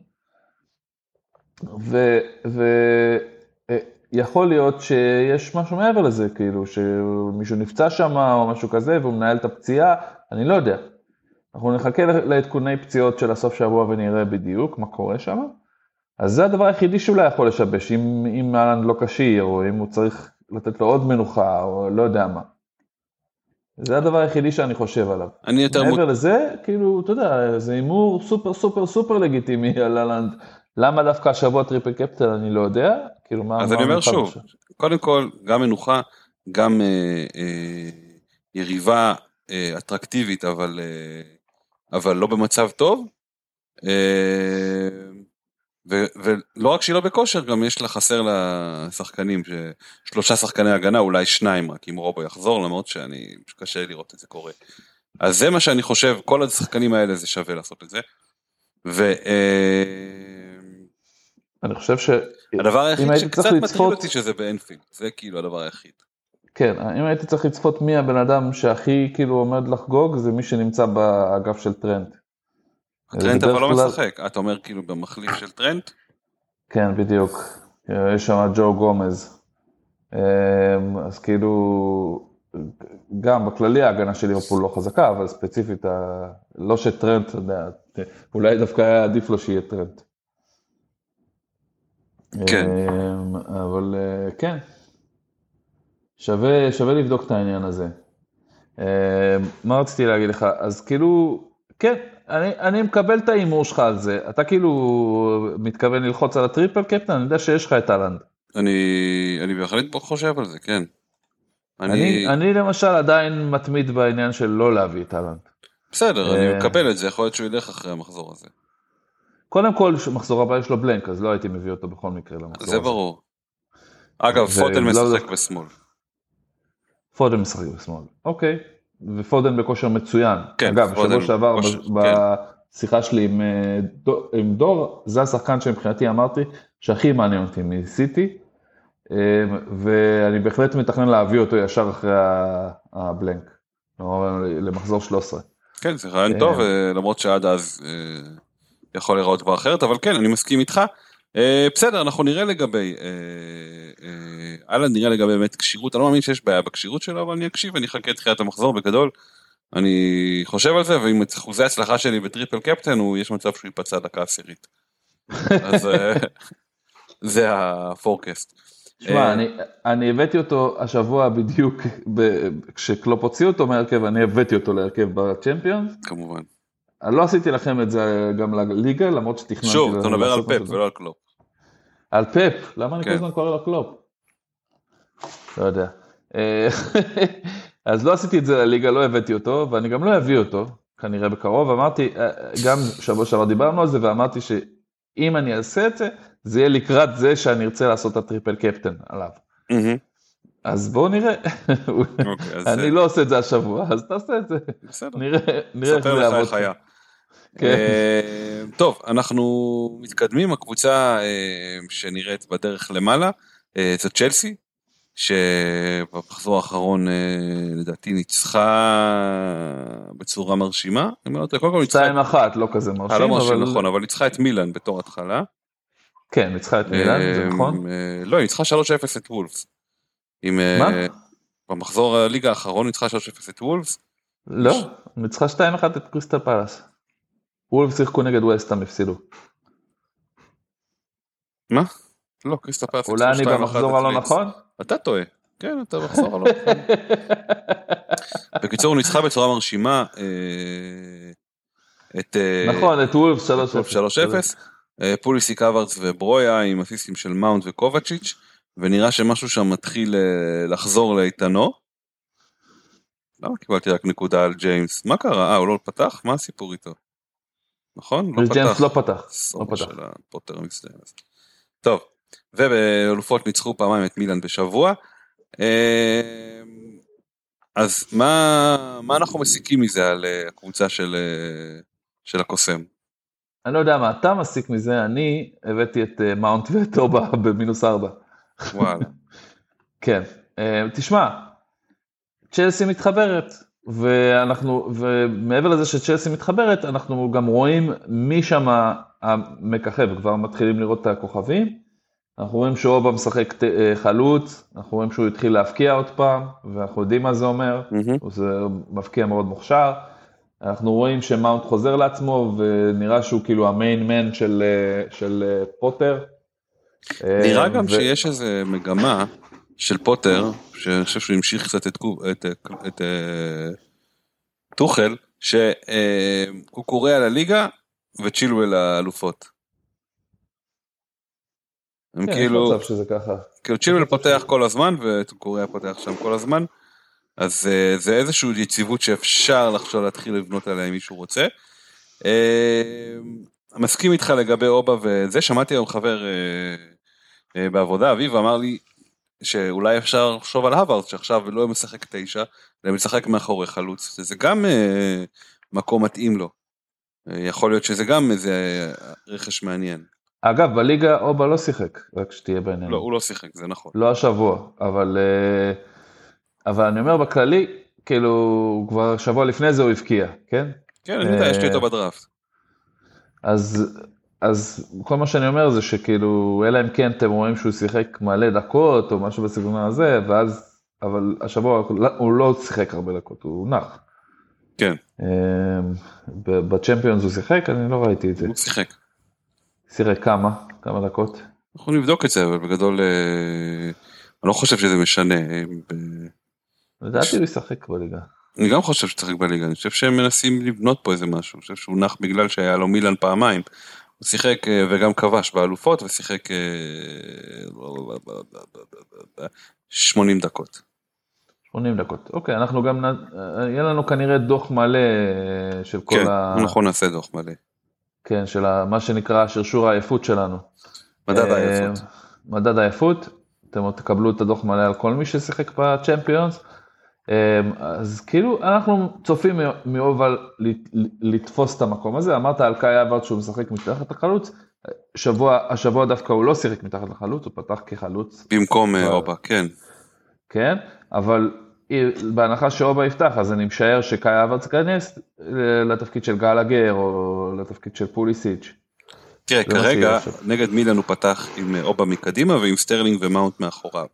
ויכול להיות שיש משהו מעבר לזה, כאילו, שמישהו נפצע שם או משהו כזה, והוא מנהל את הפציעה, אני לא יודע. אנחנו נחכה לעדכוני פציעות של הסוף שבוע ונראה בדיוק מה קורה שם. אז זה הדבר היחידי שאולי יכול לשבש, אם אלנד לא קשיר, או אם הוא צריך לתת לו עוד מנוחה, או לא יודע מה. זה הדבר היחידי שאני חושב עליו. מעבר לזה, כאילו, אתה יודע, זה אימור סופר סופר סופר לגיטימי על אלנד. למה דווקא השבוע טריפל קפטן, אני לא יודע. כאילו, אז אני אומר שוב, קודם כל, גם מנוחה, גם יריבה אטרקטיבית, אבל לא במצב טוב. ולא רק שהיא לא בכושר, גם יש לה חסר לשחקנים, 3 שחקני הגנה, אולי 2 רק, אם רובו יחזור, למרות שאני קשה לראות את זה קורה. אז זה מה שאני חושב, כל השחקנים האלה זה שווה לעשות את זה. אני חושב הדבר היחיד הייתי שקצת צריך מטריד לצפות, אותי שזה באנפילד, זה כאילו הדבר היחיד. כן, אם הייתי צריך לצפות מי הבן אדם שהכי כאילו עומד לחגוג, זה מי שנמצא באגף של טרנט. טרנט אבל בדרך לא כלל, משחק, אתה אומר כאילו במחליף של טרנט? כן, בדיוק. יש שם ג'ו גומז. אז כאילו, גם בכללי ההגנה של ליברפול לא חזקה, אבל ספציפית, לא שטרנט, אתה יודע, אולי דווקא היה עדיף לו שיהיה טרנט. כן. אבל כן, שווה לבדוק את העניין הזה. מה רציתי להגיד לך? אז כאילו, כן, אני מקבל את האימור שלך על זה. אתה כאילו מתכוון ללחוץ על הטריפל קפטן? אני יודע שיש לך את הלנד. אני בהחלט חושב על זה, כן. אני למשל עדיין מתמיד בעניין של לא להביא את הלנד. בסדר, אני מקבל את זה, יכול להיות שהוא ילך אחרי המחזור הזה. קודם כל, מחזור הבא יש לו בלנק, אז לא הייתי מביא אותו בכל מקרה למחזור הזה. זה ברור. אגב, פודן משחק בשמאל. פודן משחק בשמאל, אוקיי. ופודן בכושר מצוין. כן, אגב, בשבוע שעבר, בשיחה שלי עם דור, זה השחקן שמבחינתי אמרתי, שהכי מעניין אותי מסיטי, ואני בהחלט מתכנן להביא אותו ישר אחרי הבלנק, למחזור 13. כן, זה רעיון טוב, למרות שעד אז יכול לראות כבר אחרת, אבל כן, אני מסכים איתך. בסדר, אנחנו נראה לגבי, נראה לגבי באמת קשירות, אני לא מאמין שיש בעיה בקשירות שלו, אבל אני אקשיב, אני אחכה את תחילת המחזור בגדול, אני חושב על זה, ואם אחוזי ההצלחה שלי בטריפל קפטן, יש מצב שהוא ייפצע דקה עשירית. אז זה הפורקסט. תשמע, אני הבאתי אותו השבוע בדיוק, כשקלופ הוציא אותו מהרכב, אני הבאתי אותו להרכב בצ'מפיונס. כמובן. אני לא עשיתי לכם את זה גם לליגה, למרות שתכננתי. שוב, אתה מדבר על פפ ולא על קלופ. על פפ? למה אני כל הזמן קורא לו קלופ? לא יודע. אז לא עשיתי את זה לליגה, לא הבאתי אותו, ואני גם לא אביא אותו, כנראה בקרוב. אמרתי, גם שבוע שעבר דיברנו על זה, ואמרתי שאם אני אעשה את זה, זה יהיה לקראת זה שאני ארצה לעשות את הטריפל קפטן עליו. אז בואו נראה. אני לא עושה את זה השבוע, אז תעשה את זה. בסדר. נראה איך זה יעבוד. טוב, אנחנו מתקדמים, הקבוצה שנראית בדרך למעלה, זה צ'לסי, שבמחזור האחרון לדעתי ניצחה בצורה מרשימה. 2-1, לא כזה מרשים. לא מרשים, נכון, אבל ניצחה את מילאן בתור התחלה. כן, ניצחה את מילאן, זה נכון? לא, היא ניצחה 3-0 את וולפס. מה? במחזור הליגה האחרון ניצחה 3-0 את וולפס. לא, ניצחה 2-1 את קריסטל פלאס. וולפס שיחקו נגד ווסטהאם, הפסידו. מה? לא, קריסטל פלאס. אולי אני במחזור הלא נכון? אתה טועה. כן, אתה במחזור הלא נכון. בקיצור, הוא ניצחה בצורה מרשימה נכון, את וולפס 3-0. פוליסיק אברץ וברויה עם אסיסטים של מאונט וקובצ'יץ', ונראה שמשהו שם מתחיל לחזור לאיתנו. למה קיבלתי רק נקודה על ג'יימס? מה קרה? הוא לא פתח? מה הסיפור איתו? נכון? לא פתח. ג'יימס לא פתח. סומה של הפוטר המסתיים. טוב, ובאלופות ניצחו פעמיים את מילאן בשבוע. אז מה אנחנו מסיקים מזה על הקבוצה של הקוסם? אני לא יודע מה אתה מסיק מזה, אני הבאתי את מאונט ואת אובה ב-4. וואלה. כן, תשמע, צ'לסי מתחברת, ומעבר לזה שצ'לסי מתחברת, אנחנו גם רואים מי שם המככב, כבר מתחילים לראות את הכוכבים, אנחנו רואים שאובה משחק חלוץ, אנחנו רואים שהוא התחיל להפקיע עוד פעם, ואנחנו יודעים מה זה אומר, זה מפקיע מאוד מוכשר, אנחנו רואים שמאונט חוזר לעצמו, ונראה שהוא כאילו המיין מן של פוטר. נראה גם שיש איזו מגמה של פוטר, שאני חושב שהוא המשיך קצת את טוחל, שהוא קורא על הליגה, וצ'ילו אל האלופות. כן, כאילו, שזה ככה. כאילו צ'ילואל פותח כל הזמן, וטוקוריה פותח שם כל הזמן, אז זה איזושהי יציבות שאפשר לחשוב להתחיל לבנות עליה אם מישהו רוצה. מסכים איתך לגבי אובה וזה, שמעתי היום חבר בעבודה, אביב אמר לי שאולי אפשר לחשוב על הווארד, שעכשיו לא משחק 9, אלא משחק מאחורי חלוץ, זה גם מקום מתאים לו. יכול להיות שזה גם איזה רכש מעניין. אגב, בליגה אובה לא שיחק, רק שתהיה לא, בעינינו. הוא לא שיחק, זה נכון. לא השבוע, אבל אני אומר בכללי, כאילו, כבר שבוע לפני זה הוא הבקיע, כן? כן, אני יודע, יש לי אותו בדראפט. אז כל מה שאני אומר זה שכאילו, אלא אם כן אתם רואים שהוא שיחק מלא דקות, או משהו בסגנון הזה, אבל השבוע הוא לא שיחק הרבה דקות, הוא נח. כן. בצ'מפיונס הוא שיחק? אני לא ראיתי את זה. הוא שיחק. שיחק כמה דקות? אנחנו נבדוק את זה, אבל בגדול, אני לא חושב שזה משנה. לדעתי הוא ישחק בליגה. אני גם חושב שצריך בליגה, אני חושב שהם מנסים לבנות פה איזה משהו, אני חושב שהוא נח בגלל שהיה לו מילן פעמיים, הוא שיחק וגם כבש באלופות, ושיחק 80 דקות. 80 דקות, אוקיי, אנחנו גם, יהיה לנו כנראה דוח מלא של כל כן, אנחנו נעשה דוח מלא. כן, של מה שנקרא שרשור העייפות שלנו. מדד העייפות. מדד העייפות, אתם תקבלו את הדוח מלא על כל מי ששיחק בצ'מפיונס, אז כאילו אנחנו צופים מאובל לתפוס את המקום הזה, אמרת על קאי אברט שהוא משחק מתחת לחלוץ, השבוע דווקא הוא לא שיחק מתחת לחלוץ, הוא פתח כחלוץ. במקום אובה, כן. כן, אבל בהנחה שאובה יפתח, אז אני משער שקאי אברט ייכנס לתפקיד של גלגר או לתפקיד של פוליסיץ'. תראה, כרגע נגד מילאן הוא פתח עם אובה מקדימה ועם סטרלינג ומאונט מאחוריו.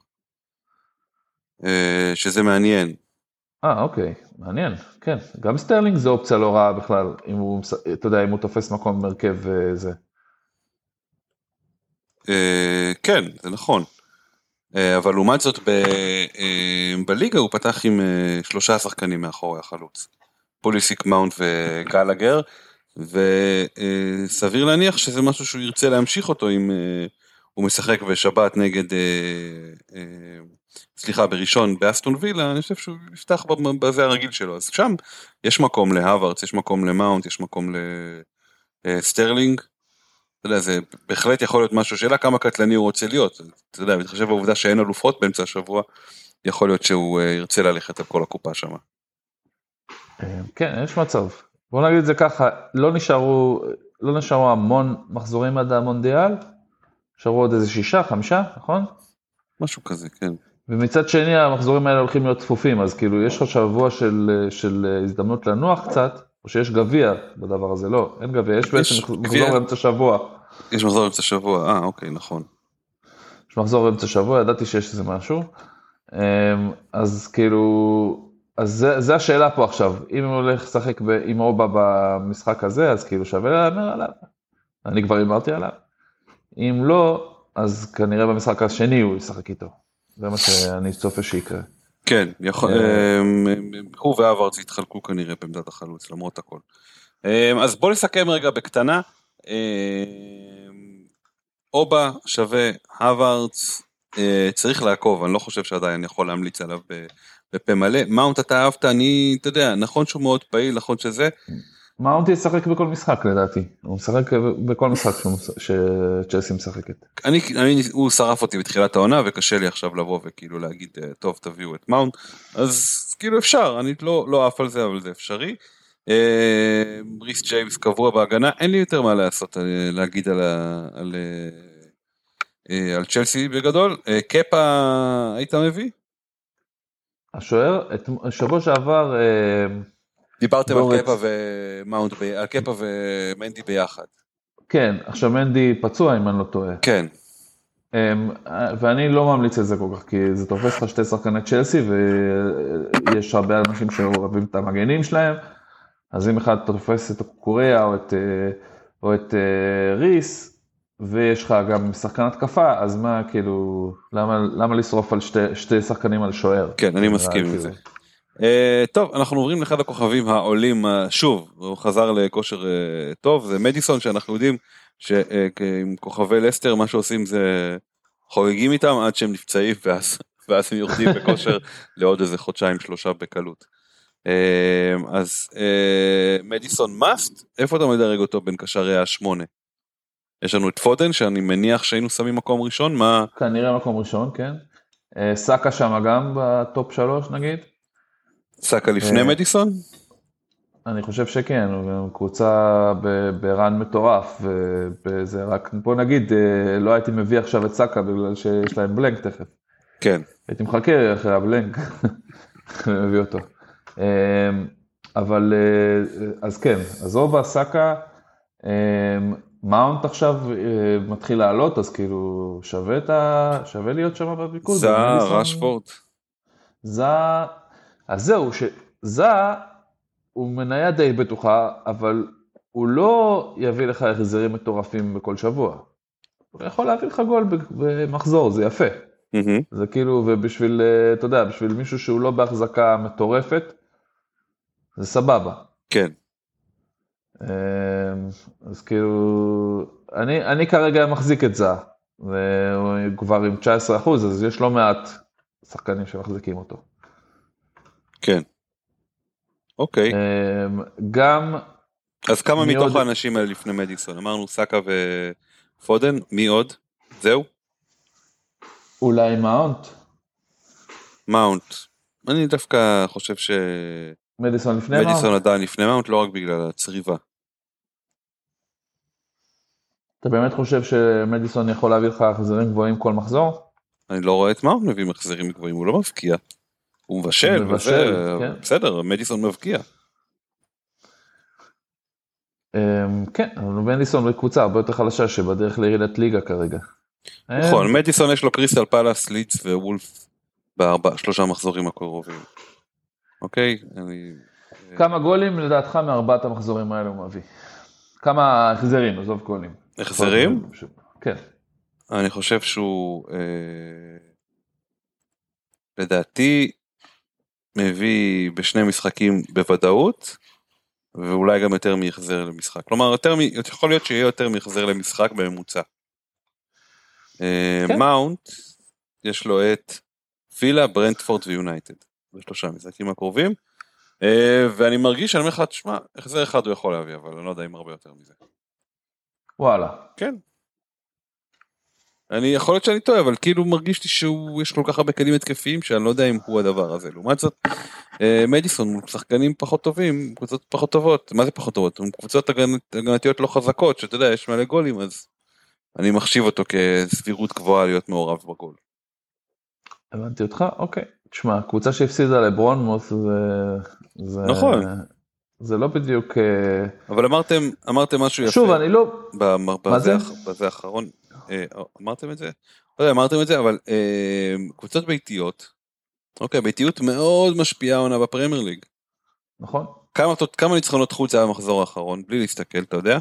שזה מעניין. אוקיי, מעניין, כן. גם סטרלינג זה אופציה לא רעה בכלל, אם הוא, אתה יודע, אם הוא תופס מקום מרכב וזה. כן, זה נכון. אבל לעומת זאת בליגה הוא פתח עם 3 שחקנים מאחורי החלוץ. פוליסיק, מאונט וגלגר, וסביר להניח שזה משהו שהוא ירצה להמשיך אותו אם הוא משחק בשבת נגד, בראשון באסטון וילה, אני חושב שהוא יפתח בזה הרגיל שלו, אז שם יש מקום להווארץ, יש מקום למאונט, יש מקום לסטרלינג, אתה יודע, זה בהחלט יכול להיות משהו, שאלה כמה קטלני הוא רוצה להיות, אתה יודע, מתחשב בעובדה שאין אלופות באמצע השבוע, יכול להיות שהוא ירצה ללכת על כל הקופה שם. כן, יש מצב. בוא נגיד את זה ככה, לא נשארו המון מחזורים עד המונדיאל, נשארו עוד איזה 6, 5, נכון? משהו כזה, כן. ומצד שני המחזורים האלה הולכים להיות צפופים, אז כאילו יש לך שבוע של הזדמנות לנוח קצת, או שיש גביע בדבר הזה, לא, אין גביע, יש בעצם מחזור אמצע שבוע. יש מחזור אמצע שבוע, אוקיי, נכון. יש מחזור אמצע שבוע, ידעתי שיש איזה משהו, אז כאילו, אז זה השאלה פה עכשיו, אם הוא הולך לשחק עם אובה במשחק הזה, אז כאילו שווה להאמר עליו, אני כבר אמרתי עליו, אם לא, אז כנראה במשחק השני הוא ישחק איתו, זה מה שאני צופה שיקרה. כן, הוא והווארץ יתחלקו כנראה בעמדת החלוץ, למרות הכל. אז בוא נסכם רגע בקטנה, אובה שווה הווארץ, צריך לעקוב, אני לא חושב שעדיין יכול להמליץ עליו בפה מלא. מאונט אתה אהבת, אתה יודע, נכון שהוא מאוד פעיל, נכון שזה? מאונט ישחק בכל משחק לדעתי, הוא משחק בכל משחק שצ'לסי משחקת. הוא שרף אותי בתחילת העונה, וקשה לי עכשיו לבוא וכאילו להגיד, טוב תביאו את מאונט, אז כאילו אפשר, אני לא אף על זה, אבל זה אפשרי. ריס ג'יימס קבוע בהגנה, אין לי יותר מה לעשות, להגיד על צ'לסי בגדול. קפה היית מביא? השוער, שבוע שעבר, דיברתם על קפה ומאונט, על קפה ומנדי ביחד. כן, עכשיו מנדי פצוע אם אני לא טועה. כן. ואני לא ממליץ את זה כל כך, כי זה תופס לך 2 שחקני צ'לסי, ויש הרבה אנשים שאוהבים את המגנים שלהם, אז אם אחד תופס את הקוריאה או את ריס, ויש לך גם שחקן התקפה, אז מה כאילו, למה לשרוף על 2 שחקנים על שוער? כן, אני מסכים עם זה. טוב, אנחנו עוברים לאחד הכוכבים העולים, שוב, הוא חזר לכושר טוב, זה מדיסון, שאנחנו יודעים שעם כוכבי לסטר, מה שעושים זה חוגגים איתם עד שהם נפצעים, ואז הם יורדים בכושר לעוד איזה 1-2-3 בקלות. אז מדיסון מאסט, איפה אתה מדרג אותו בין קשרי ה8? יש לנו את פודן, שאני מניח שהיינו שמים מקום ראשון, מה? כנראה מקום ראשון, כן. סאקה שם גם בטופ 3 נגיד. סאקה לפני מדיסון? אני חושב שכן, הוא קבוצה ברן מטורף, וזה רק, בוא נגיד, לא הייתי מביא עכשיו את סאקה בגלל שיש להם בלנק תכף. כן. הייתי מחכה אחרי הבלנק, מביא אותו. אבל, אז כן, אז רובה, סאקה, מאונט עכשיו מתחיל לעלות, אז כאילו שווה להיות שם בביקוד. זה רשפורד. אז זהו, הוא מניה די בטוחה, אבל הוא לא יביא לך החזרים מטורפים בכל שבוע. הוא יכול להביא לך גול במחזור, זה יפה. זה כאילו, ובשביל, אתה יודע, בשביל מישהו שהוא לא בהחזקה מטורפת, זה סבבה. כן. אז כאילו, אני כרגע מחזיק את זה, והוא כבר עם 19%, אז יש לא מעט שחקנים שמחזיקים אותו. כן. אוקיי. גם... אז כמה מתוך האנשים האלה לפני מדיסון? אמרנו סאקה ופודן, מי עוד? זהו? אולי מאונט. מאונט. אני דווקא חושב ש... מדיסון לפני מאונט? מדיסון עדיין לפני מאונט, לא רק בגלל הצריבה. אתה באמת חושב שמדיסון יכול להביא לך החזרים גבוהים כל מחזור? אני לא רואה את מאונט מביא מחזרים גבוהים, הוא לא מבקיע. הוא מבשל, כן. בסדר, מדיסון מבקיע. כן, אבל מדיסון בקבוצה הרבה יותר חלשה שבדרך לירידת ליגה כרגע. נכון, מדיסון יש לו קריסטל פלאס, לידס ווולף בשלושה מחזורים הקרובים. אוקיי? כמה גולים לדעתך מארבעת המחזורים האלה הוא מביא? כמה החזרים, עזוב גולים. החזרים? כן. אני חושב שהוא לדעתי מביא בשני משחקים בוודאות, ואולי גם יותר מיחזר למשחק. כלומר, יכול להיות שיהיה יותר מיחזר למשחק בממוצע. מאונט, יש לו את וילה, ברנטפורד ויונייטד. זה שלושה משחקים הקרובים. ואני מרגיש, אני אומר לך, תשמע, החזר אחד הוא יכול להביא, אבל אני לא יודע אם הרבה יותר מזה. וואלה. כן. אני יכול להיות שאני טועה, אבל כאילו מרגיש לי שיש כל כך הרבה כלים התקפיים, שאני לא יודע אם הוא הדבר הזה. לעומת זאת, מדיסון, שחקנים פחות טובים, קבוצות פחות טובות. מה זה פחות טובות? קבוצות הגנתיות לא חזקות, שאתה יודע, יש מלא גולים, אז אני מחשיב אותו כסבירות גבוהה להיות מעורב בגול. הבנתי אותך, אוקיי. תשמע, קבוצה שהפסידה לברונמוס, נכון. זה לא בדיוק... אבל אמרתם משהו יפה. שוב, אני לא... בזה האחרון, אמרתם את זה? לא יודע, אמרתם את זה, אבל קבוצות ביתיות, אוקיי, ביתיות מאוד משפיעה עונה בפרמייר ליג. נכון. כמה ניצחונות חוץ היה במחזור האחרון, בלי להסתכל, אתה יודע?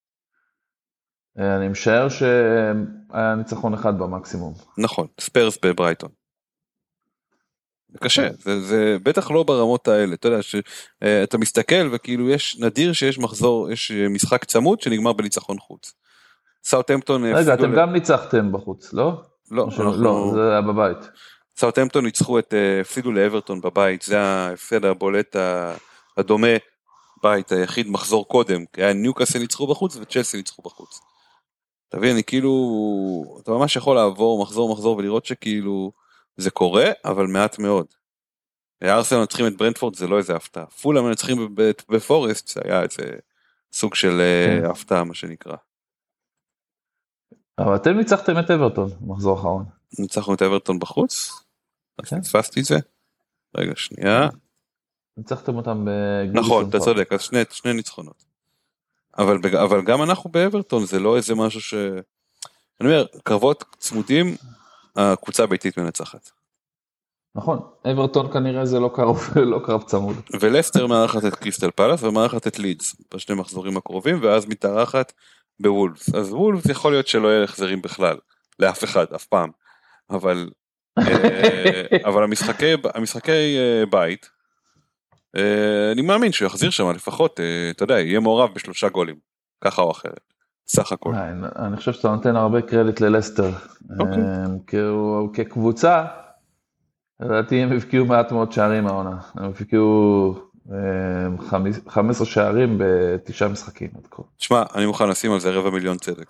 אני משער שהיה ניצחון אחד במקסימום. נכון, ספרס בברייטון. זה קשה, זה בטח לא ברמות האלה, אתה יודע, שאתה מסתכל וכאילו יש נדיר שיש מחזור, יש משחק צמוד שנגמר בניצחון חוץ. סאוטהמפטון... רגע, אתם גם ניצחתם בחוץ, לא? לא, לא, זה היה בבית. סאוטהמפטון ניצחו הפסידו לאברטון בבית, זה ההפסד הבולט הדומה בית היחיד מחזור קודם, כי היה ניוקאסל ניצחו בחוץ וצ'לסי ניצחו בחוץ. תבין, אני כאילו, אתה ממש יכול לעבור מחזור ולראות שכאילו זה קורה, אבל מעט מאוד. ארסנל מנצחים את ברנטפורד, זה לא איזה הפתעה. פולה מנצחים בפורסט, זה היה איזה סוג של הפתעה, מה שנקרא. אבל אתם ניצחתם את אברטון במחזור האחרון. ניצחנו את אברטון בחוץ? אז תפסתי את זה. רגע, שנייה. ניצחתם אותם נכון, אתה צודק, אז שני ניצחונות. אבל גם אנחנו באברטון, זה לא איזה משהו ש... אני אומר, קרבות צמודים, הקבוצה הביתית מנצחת. נכון, אברטון כנראה זה לא קרב צמוד. ולסטר מארחת את קריסטל פלאס ומארחת את לידס בשני מחזורים הקרובים, ואז מתארחת בוולפס. אז וולפס יכול להיות שלא יהיה החזרים בכלל, לאף אחד, אף פעם. אבל המשחקי בית, אני מאמין שהוא יחזיר שם לפחות, אתה יודע, יהיה מעורב בשלושה גולים, ככה או אחרת, סך הכל. אני חושב שאתה נותן הרבה קרדיט ללסטר, כקבוצה, לדעתי הם הבקיעו מעט מאוד שערים העונה, הם הבקיעו 15 שערים ב9 משחקים. תשמע, אני מוכן לשים על זה 250,000 צדק.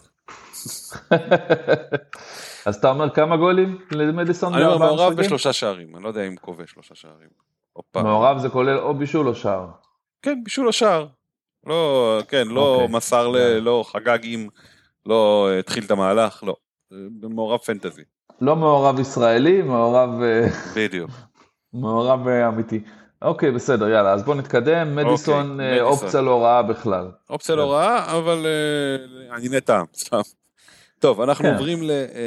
אז אתה אומר כמה גולים למדיסון? אני אומר מעורב בשלושה שערים, אני לא יודע אם קובע שלושה שערים. מעורב זה כולל או בישול או שער? כן, בישול השער. לא, כן, לא מסר, לא חגג עם, לא התחיל את המהלך, לא. מעורב פנטזי. לא מעורב ישראלי, מעורב... בדיוק. מעורב אמיתי. אוקיי, בסדר, יאללה, אז בוא נתקדם. מדיסון, אופציה לא רעה בכלל. אופציה לא רעה, אבל אני נטעם, סתם. טוב, אנחנו עוברים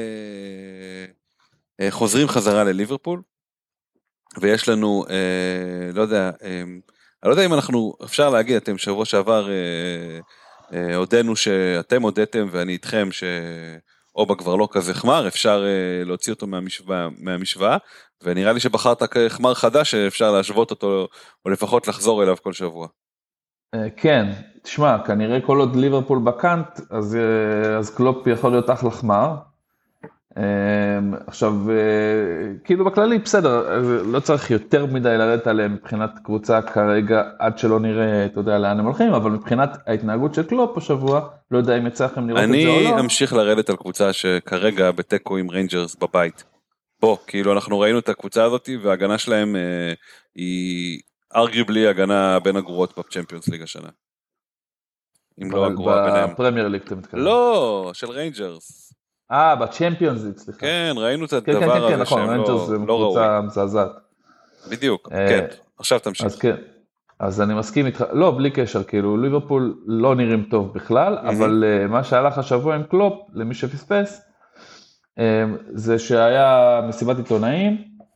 חוזרים חזרה לליברפול, ויש לנו, לא יודע, אני לא יודע אם אפשר להגיד, אתם שבוע שעבר הודענו שאתם הודעתם ואני איתכם שאובה כבר לא כזה חמר, אפשר להוציא אותו מהמשוואה, ונראה לי שבחרת חמר חדש שאפשר להשוות אותו, או לפחות לחזור אליו כל שבוע. כן, תשמע, כנראה כל עוד ליברפול בקאנט, אז קלופ יכול להיות אחלה חמר. עכשיו, כאילו בכללי, בסדר, לא צריך יותר מדי לרדת עליהם מבחינת קבוצה כרגע, עד שלא נראה, אתה יודע, לאן הם הולכים, אבל מבחינת ההתנהגות של קלופ השבוע, לא יודע אם יצא לכם לראות את זה או לא. אני אמשיך לרדת על קבוצה שכרגע בטקו עם ריינג'רס בבית. פה, כאילו אנחנו ראינו את הקבוצה הזאת, וההגנה שלהם היא ארגibly הגנה בין הגרועות בצ'מפיונס ליג השנה. אם לא הגרועה ביניהם. בפרמייר ליג אתה מתכוון. לא, של ריינג'רס. בצ'מפיונס ליג, סליחה. כן, ראינו את הדבר הזה שהם לא ראוי. מזעזעת. בדיוק, כן, עכשיו תמשיך. אז כן, אז אני מסכים איתך, לא, בלי קשר, כאילו ליברפול לא נראים טוב בכלל, אבל מה שהלך השבוע עם קלופ, למי שפספס, זה שהיה מסיבת עיתונאים,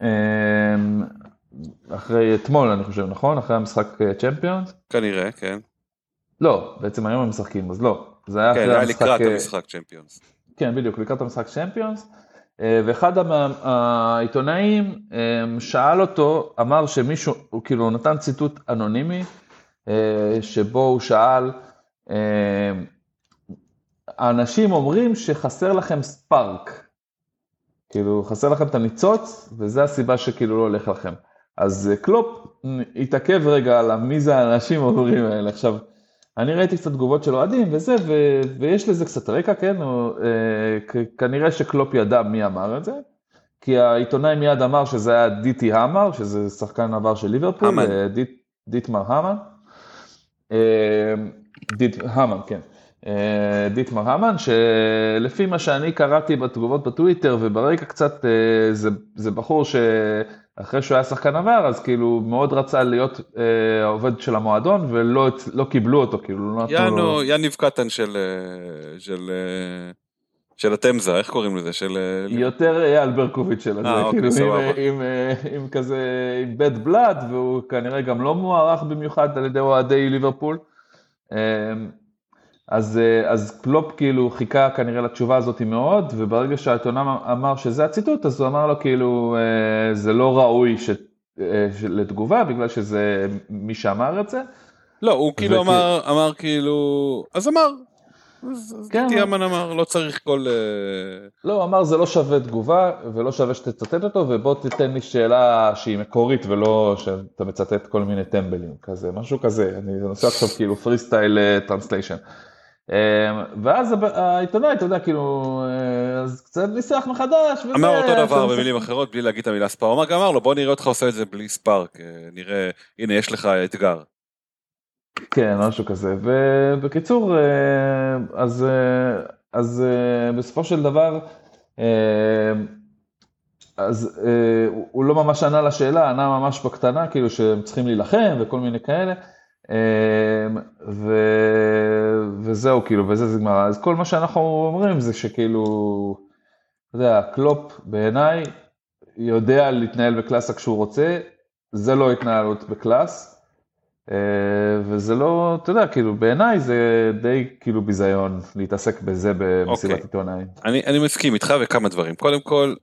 אחרי אתמול אני חושב, נכון? אחרי המשחק צ'מפיונס? כנראה, כן. לא, בעצם היום הם משחקים, אז לא. זה היה כן, היה לקראת המשחק צ'מפיונס. כן, בדיוק, לקראת המשחק צ'מפיונס, ואחד העיתונאים שאל אותו, אמר שמישהו, הוא כאילו נתן ציטוט אנונימי, שבו הוא שאל, האנשים אומרים שחסר לכם ספארק, כאילו חסר לכם את הניצוץ, וזה הסיבה שכאילו לא הולך לכם. אז קלופ התעכב רגע על מי זה האנשים אומרים האלה. עכשיו, אני ראיתי קצת תגובות של אוהדים וזה, ויש לזה קצת רקע, כן? כנראה שקלופ ידע מי אמר את זה, כי העיתונאי מיד אמר שזה היה דיטי המר, שזה שחקן עבר של ליברפול, דיטמר המן. המן, כן. דיטמר המן, שלפי מה שאני קראתי בתגובות בטוויטר, וברקע קצת, זה בחור שאחרי שהוא היה שחקן עבר, אז כאילו מאוד רצה להיות העובד של המועדון, ולא קיבלו אותו, כאילו לא נתנו לו... יניב קטן של התמזה, איך קוראים לזה? יותר אייל ברקוביץ' של זה, כאילו עם כזה, עם בד בלד, והוא כנראה גם לא מוערך במיוחד על ידי אוהדי ליברפול. אז קלופ כאילו חיכה כנראה לתשובה הזאת מאוד, וברגע שהעיתונאי אמר שזה הציטוט, אז הוא אמר לו כאילו, זה לא ראוי לתגובה, בגלל שזה מי שאמר את זה. לא, הוא כאילו אמר כאילו, אז אמר. אז דיטי אמן אמר, לא צריך כל... לא, הוא אמר, זה לא שווה תגובה, ולא שווה שתצטט אותו, ובוא תיתן לי שאלה שהיא מקורית, ולא שאתה מצטט כל מיני טמבלים, כזה, משהו כזה. אני נושא עכשיו כאילו פרי סטייל טרנסליישן. ואז העיתונאי, אתה יודע, כאילו, אז קצת ניסח מחדש. אמר אותו דבר במילים אחרות, בלי להגיד את המילה ספארק. הוא גם אמר לו, בוא נראה אותך עושה את זה בלי ספארק, נראה, הנה, יש לך אתגר. כן, משהו כזה. ובקיצור, אז בסופו של דבר, אז הוא לא ממש ענה לשאלה, ענה ממש בקטנה, כאילו שהם צריכים להילחם וכל מיני כאלה, וזהו, כאילו, וזה זה גמר. אז כל מה שאנחנו אומרים זה שכאילו, אתה יודע, קלופ בעיניי יודע להתנהל בקלאסה כשהוא רוצה, זה לא התנהלות בקלאס, וזה לא, אתה יודע, כאילו, בעיניי זה די כאילו ביזיון להתעסק בזה במסיבת עיתונאים. אני מסכים איתך וכמה דברים. קודם כל,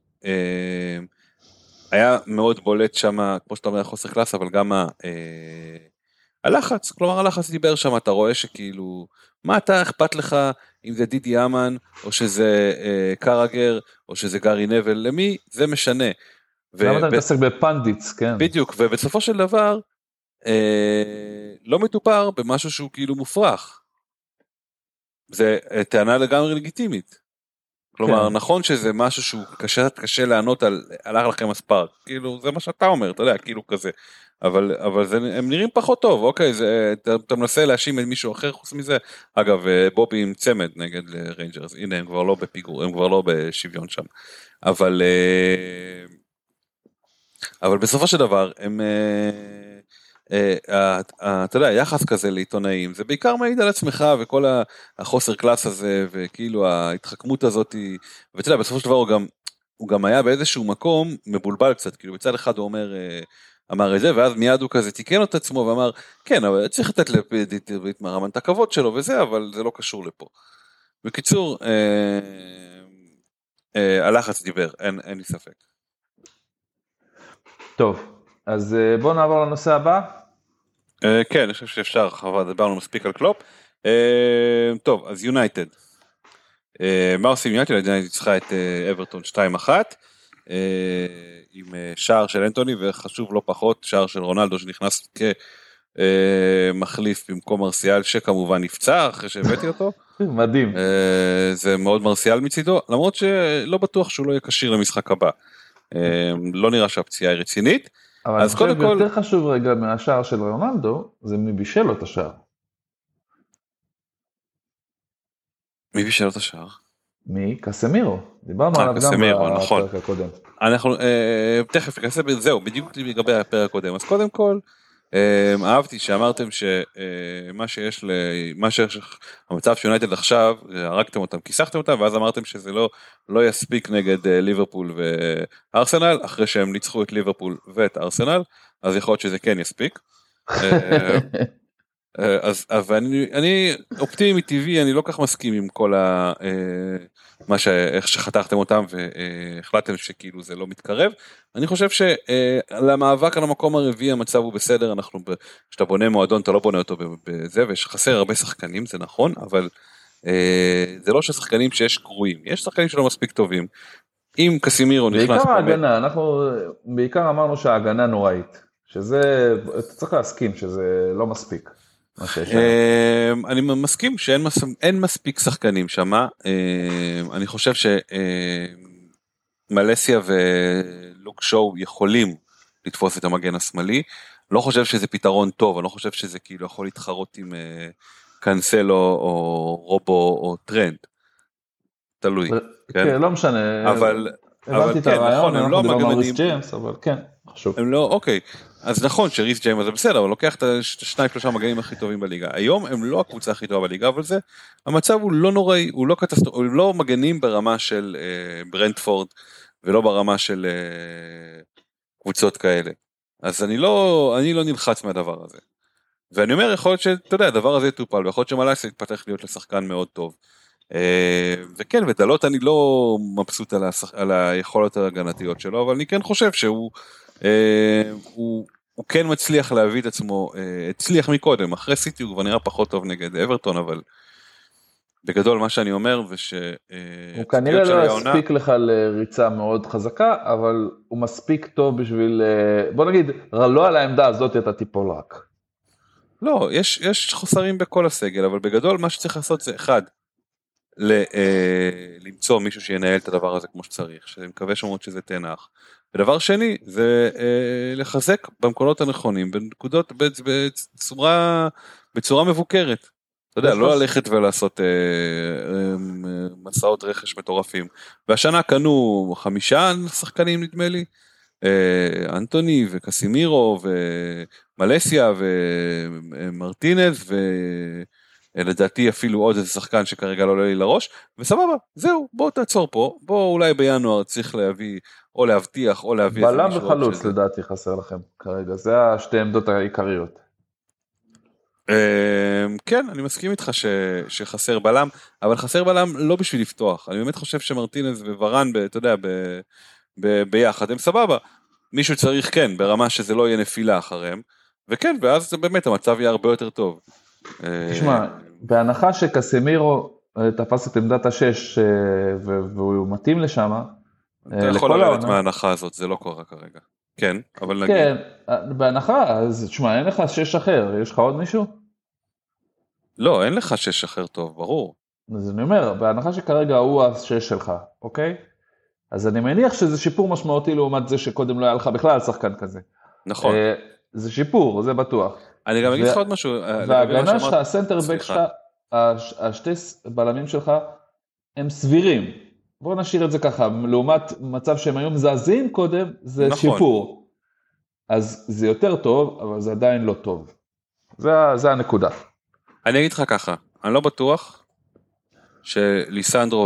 היה מאוד בולט שם, כמו שאתה אומר, חוסר קלאס, אבל גם הלחץ, כלומר הלחץ דיבר שם, אתה רואה שכאילו, מה אתה אכפת לך אם זה דידי אמן, או שזה קרגר, או שזה גארי נבל, למי זה משנה. למה אתה מתעסק בפנדיץ, כן. בדיוק, ובסופו של דבר, לא מטופר במשהו שהוא כאילו מופרך. זה טענה לגמרי לגיטימית. כלומר, נכון שזה משהו שהוא קשה לענות על הלך לכם הספארק. כאילו, זה מה שאתה אומר, אתה יודע, כאילו כזה. אבל הם נראים פחות טוב, אוקיי, אתה מנסה להאשים את מישהו אחר חוץ מזה, אגב, בובי עם צמד נגד ריינג'רס, הנה הם כבר לא בפיגור, הם כבר לא בשוויון שם, אבל בסופו של דבר, אתה יודע, יחס כזה לעיתונאים, זה בעיקר מעיד על עצמך וכל החוסר קלאס הזה, וכאילו ההתחכמות הזאת, ואתה יודע, בסופו של דבר הוא גם היה באיזשהו מקום מבולבל קצת, כאילו בצד אחד הוא אמר את זה, ואז מיד הוא כזה תיקן את עצמו ואמר, כן, אבל צריך לתת רמן את הכבוד שלו וזה, אבל זה לא קשור לפה. בקיצור, הלחץ דיבר, אין לי ספק. טוב, אז בואו נעבור לנושא הבא. כן, אני חושב שאפשר, אבל דיברנו מספיק על קלופ. טוב, אז יונייטד. מה עושים יונייטד? יונייטד צריכה את אברטון 2-1, עם שער של אנטוני, וחשוב לא פחות, שער של רונלדו שנכנס כמחליף במקום מרסיאל, שכמובן נפצע אחרי שהבאתי אותו. מדהים. זה מאוד מרסיאל מצידו, למרות שלא בטוח שהוא לא יהיה כשיר למשחק הבא. לא נראה שהפציעה היא רצינית. אבל אני חושב יותר חשוב רגע מהשער של רונלדו, זה מי בישל לו את השער. מי בישל לו את השער? מקסמירו, דיברנו עליו גם בפרק הקודם. אנחנו תכף נכנסה זהו, בדיוק לגבי הפרק הקודם. אז קודם כל, אהבתי שאמרתם שמה שיש המצב של יונייטד עכשיו, הרגתם אותם, כיסחתם אותם, ואז אמרתם שזה לא יספיק נגד ליברפול וארסנל, אחרי שהם ניצחו את ליברפול ואת ארסנל, אז יכול להיות שזה כן יספיק. אז אני אופטימי טבעי, אני לא כך מסכים עם כל איך שחתכתם אותם והחלטתם שכאילו זה לא מתקרב. אני חושב שלמאבק על המקום הרביעי המצב הוא בסדר, כשאתה בונה מועדון אתה לא בונה אותו בזה, וחסר הרבה שחקנים, זה נכון, אבל זה לא ששחקנים שיש גרועים, יש שחקנים שלא מספיק טובים. אם קסימירו נכנס... בעיקר ההגנה, אנחנו בעיקר אמרנו שההגנה נוראית, שזה, אתה צריך להסכים שזה לא מספיק. אני מסכים שאין מספיק שחקנים שמה, אני חושב שמלסיה ולוק שואו יכולים לתפוס את המגן השמאלי, לא חושב שזה פתרון טוב, אני לא חושב שזה כאילו יכול להתחרות עם קנסלו או רובו או טרנד, תלוי. כן, לא משנה, הבנתי את הרעיון, אנחנו דיברנו על ריס ג'יימס, אבל כן, חשוב. הם לא, אוקיי, אז נכון שריס ג'יימס זה בסדר, אבל לוקח את השניים שלושה מגנים הכי טובים בליגה, היום הם לא הקבוצה הכי טובה בליגה, אבל המצב הוא לא נוראי, הוא לא קטסטרופה, הם לא מגנים ברמה של ברנטפורד, ולא ברמה של קבוצות כאלה, אז אני לא נלחץ מהדבר הזה, ואני אומר, יכול להיות שאתה יודע, הדבר הזה יטופל, ויכול להיות שמלאסיה יתפתח להיות לשחקן מאוד טוב, וכן, ודלות אני לא מבסוט על היכולות ההגנתיות שלו, אבל אני כן חושב שהוא הוא כן מצליח להביא את עצמו, הצליח מקודם, אחרי סיטי הוא כבר נראה פחות טוב נגד אברטון, אבל בגדול מה שאני אומר זה ש... הוא כנראה לא יספיק לך לריצה מאוד חזקה, אבל הוא מספיק טוב בשביל, בוא נגיד, לא על העמדה הזאת אתה תיפול רק. לא, יש חוסרים בכל הסגל, אבל בגדול מה שצריך לעשות זה אחד, למצוא מישהו שינהל את הדבר הזה כמו שצריך, שאני מקווה שמות שזה תנח. ודבר שני, זה לחזק במקומות הנכונים, בנקודות, בצורה מבוקרת. אתה יודע, לא ללכת ולעשות מסעות רכש מטורפים. והשנה קנו 5 שחקנים נדמה לי, אנטוני וקסימירו ומלסיה ומרטינז לדעתי אפילו עוד איזה שחקן שכרגע לא עולה לי לראש, וסבבה, זהו, בוא תעצור פה, בוא אולי בינואר צריך להביא, או להבטיח, או להביא... בלם וחלוץ לדעתי חסר לכם כרגע, זה השתי עמדות העיקריות. כן, אני מסכים איתך שחסר בלם, אבל חסר בלם לא בשביל לפתוח, אני באמת חושב שמרטינז וורן, אתה יודע, ביחד, הם סבבה, מישהו צריך כן, ברמה שזה לא יהיה נפילה אחריהם, וכן, ואז באמת המצב יהיה הרבה יותר טוב. תשמע, בהנחה שקסימירו תפס את עמדת ה6 והוא מתאים לשם, אתה יכול לרדת מההנחה הזאת, זה לא קורה כרגע. כן, אבל נגיד. כן, בהנחה, אז תשמע, אין לך 6 אחר, יש לך עוד מישהו? לא, אין לך 6 אחר טוב, ברור. אז אני אומר, בהנחה שכרגע הוא ה6 שלך, אוקיי? אז אני מניח שזה שיפור משמעותי לעומת זה שקודם לא היה לך בכלל שחקן כזה. נכון. זה שיפור, זה בטוח. אני גם אגיד לך עוד משהו. וההגנה שלך, הסנטרבק שלך, השתי בלמים שלך, הם סבירים. בואו נשאיר את זה ככה, לעומת מצב שהם היו מזעזעים קודם, זה נכון. שיפור. אז זה יותר טוב, אבל זה עדיין לא טוב. זה הנקודה. אני אגיד לך ככה, אני לא בטוח שליסנדרו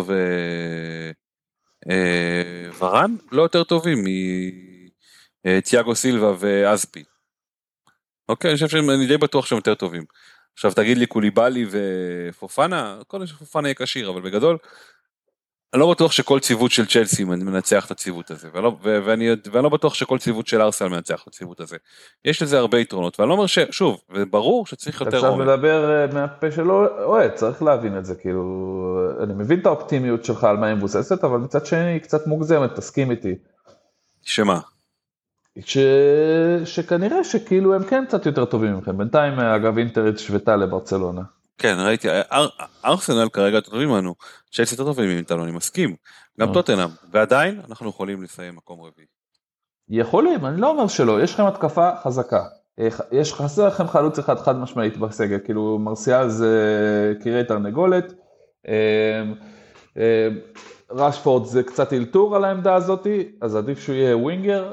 ורן לא יותר טובים מתיאגו סילבה ואספי. אוקיי, אני חושב שאני די בטוח שהם יותר טובים. עכשיו תגיד לי קוליבאלי ופופנה, כל שפופנה יהיה קשיר, אבל בגדול, אני לא בטוח שכל ציוות של צ'לסי מנצח את הציוות הזה, ואני לא בטוח שכל ציוות של ארסנל מנצח את הציוות הזה. יש לזה הרבה יתרונות, ואני לא אומר שוב, וברור שצריך יותר עומק. אתה עכשיו מדבר מהפה שלו, צריך להבין את זה, כאילו, אני מבין את האופטימיות שלך על מה היא מבוססת, אבל מצד שני היא קצת מוגזמת, תסכים איתי. שמה? שכנראה שכאילו הם כן קצת יותר טובים ממכם, בינתיים אגב אינטר שוותה לברצלונה. כן, ראיתי, ארסנל כרגע טובים לנו, צ'לסי יותר טובים מאיתנו, אני מסכים, גם טוטנהאם, ועדיין אנחנו יכולים לסיים מקום רביעי. יכולים, אני לא אומר שלא, יש לכם התקפה חזקה, חסר לכם חלוץ אחד חד משמעית בסגל, כאילו מרסיאל זה קירי תרנגולת, רשפורד זה קצת אילתור על העמדה הזאת, אז עדיף שהוא יהיה ווינגר,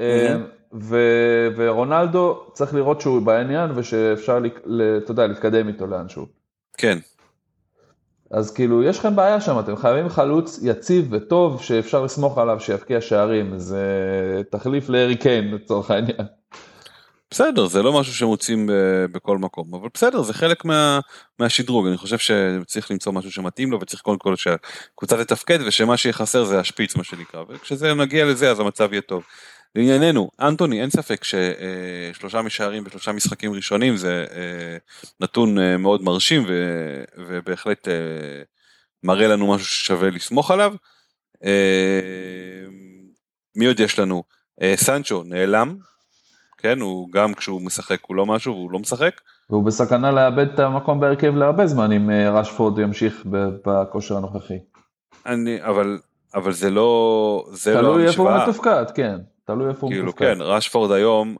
ורונלדו צריך לראות שהוא בעניין ושאפשר להתקדם איתו לאנשהו. כן. אז כאילו יש לכם בעיה שם, אתם חייבים חלוץ יציב וטוב שאפשר לסמוך עליו שיפקיע שערים, זה תחליף לארי קיין לצורך העניין. בסדר, זה לא משהו שמוצאים בכל מקום, אבל בסדר, זה חלק מהשדרוג, אני חושב שצריך למצוא משהו שמתאים לו, וצריך קודם כל שהקבוצה תתפקד, ושמה שיחסר זה השפיץ מה שנקרא, וכשזה נגיע לזה אז המצב יהיה טוב. לענייננו, אנטוני, אין ספק ששלושה משערים בשלושה משחקים ראשונים זה נתון מאוד מרשים ובהחלט מראה לנו משהו ששווה לסמוך עליו. מי עוד יש לנו? סנצ'ו נעלם, כן, הוא גם כשהוא משחק הוא לא משהו, הוא לא משחק. והוא בסכנה לאבד את המקום בהרכב להרבה זמן אם רשפורד ימשיך בכושר הנוכחי. אבל זה לא המשוואה. תלוי איפה הוא מתופקד, כן. תלוי איפה הוא מתופקד. כאילו כן, רשפורד היום,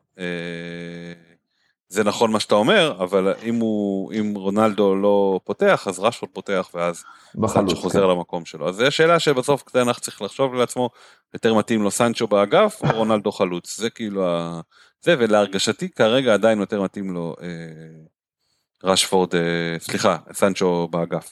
זה נכון מה שאתה אומר, אבל אם רונלדו לא פותח, אז רשפורד פותח, ואז סנצ'ו חוזר למקום שלו. אז זו שאלה שבסוף קטנח צריך לחשוב לעצמו, יותר מתאים לו סנצ'ו באגף, או רונלדו חלוץ. זה כאילו זה, ולהרגשתי כרגע עדיין יותר מתאים לו רשפורד, סנצ'ו באגף.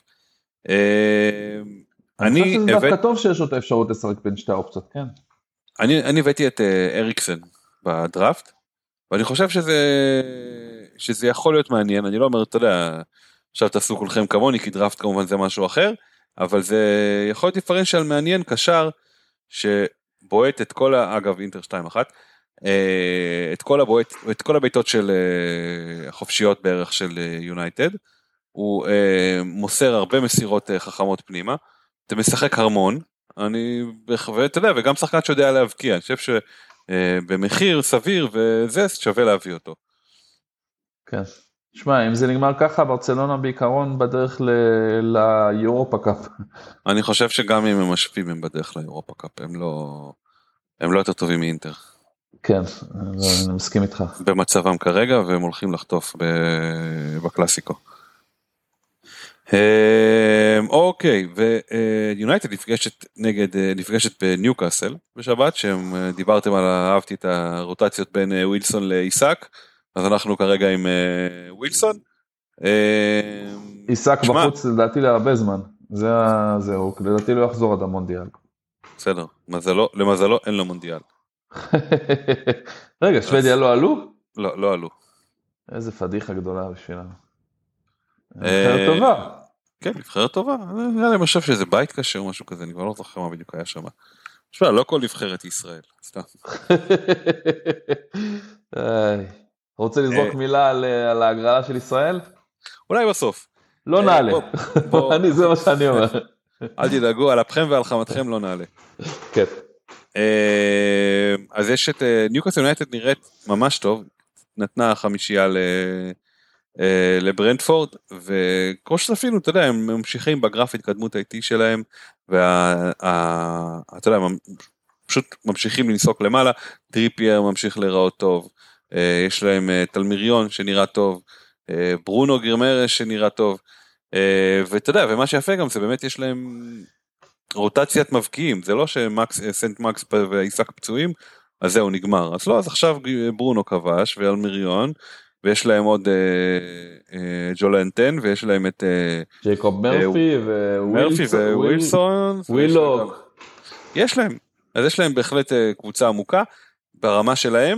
אני חושב שזה דווקא טוב שיש לו את האפשרות לשחק בין שתי האופציות, כן. אני הבאתי את אריקסן בדראפט, ואני חושב שזה יכול להיות מעניין, אני לא אומר, אתה יודע, עכשיו תעשו כולכם כמוני, כי דראפט כמובן זה משהו אחר, אבל זה יכול להיות דיפרנציאל מעניין, קשר, שבועט את כל, אגב אינטר 2-1, את כל הביתות של החופשיות בערך של יונייטד, הוא מוסר הרבה מסירות חכמות פנימה, אתה משחק הרמון, ואתה יודע, וגם שחקן שיודע להבקיע, אני חושב שבמחיר סביר וזה שווה להביא אותו. כן, שמע, אם זה נגמר ככה, ברצלונה בעיקרון בדרך ליורופה קאפ. אני חושב שגם אם הם משפיעים הם בדרך ליורופה קאפ, הם לא יותר טובים מאינטר. כן, אני מסכים איתך. במצבם כרגע, והם הולכים לחטוף בקלאסיקו. אוקיי, ויונייטד נפגשת בניוקאסל בשבת, שדיברתם על, אהבתי את הרוטציות בין ווילסון לאיסק, אז אנחנו כרגע עם ווילסון. איסק בחוץ לדעתי להרבה זמן, זהו, לדעתי לא יחזור עד המונדיאל. בסדר, למזלו אין לו מונדיאל. רגע, שוודיה לא עלו? לא עלו. איזה פדיחה גדולה בשבילנו. נבחרת טובה. כן, נבחרת טובה. אני חושב שזה בית קשה או משהו כזה, אני כבר לא זוכר מה בדיוק היה שם. תשמע, לא כל נבחרת ישראל, סתם. רוצה לזרוק מילה על ההגרלה של ישראל? אולי בסוף. לא נעלה. זה מה שאני אומר. אל תדאגו, על אפכם ועל חמתכם לא נעלה. כן. אז יש את ניוקאסל יונייטד נראית ממש טוב, נתנה חמישייה לברנטפורד, וכמו שצפינו, אתה יודע, הם ממשיכים בגרף התקדמות האיטי שלהם, ואתה יודע, פשוט ממשיכים לנסוק למעלה, טריפייר ממשיך להיראות טוב, יש להם תלמיריון שנראה טוב, ברונו גירמרש שנראה טוב, ואתה יודע, ומה שיפה גם זה באמת יש להם רוטציית מבקיעים, זה לא סנט מקס ואיסק פצועים, אז זהו נגמר, אז לא, אז עכשיו ברונו כבש ואלמיריון, ויש להם עוד ג'ולנטן, ויש להם את ג'ייקוב מרפי ווילסון, ווילוק. יש להם, אז יש להם בהחלט קבוצה עמוקה, ברמה שלהם,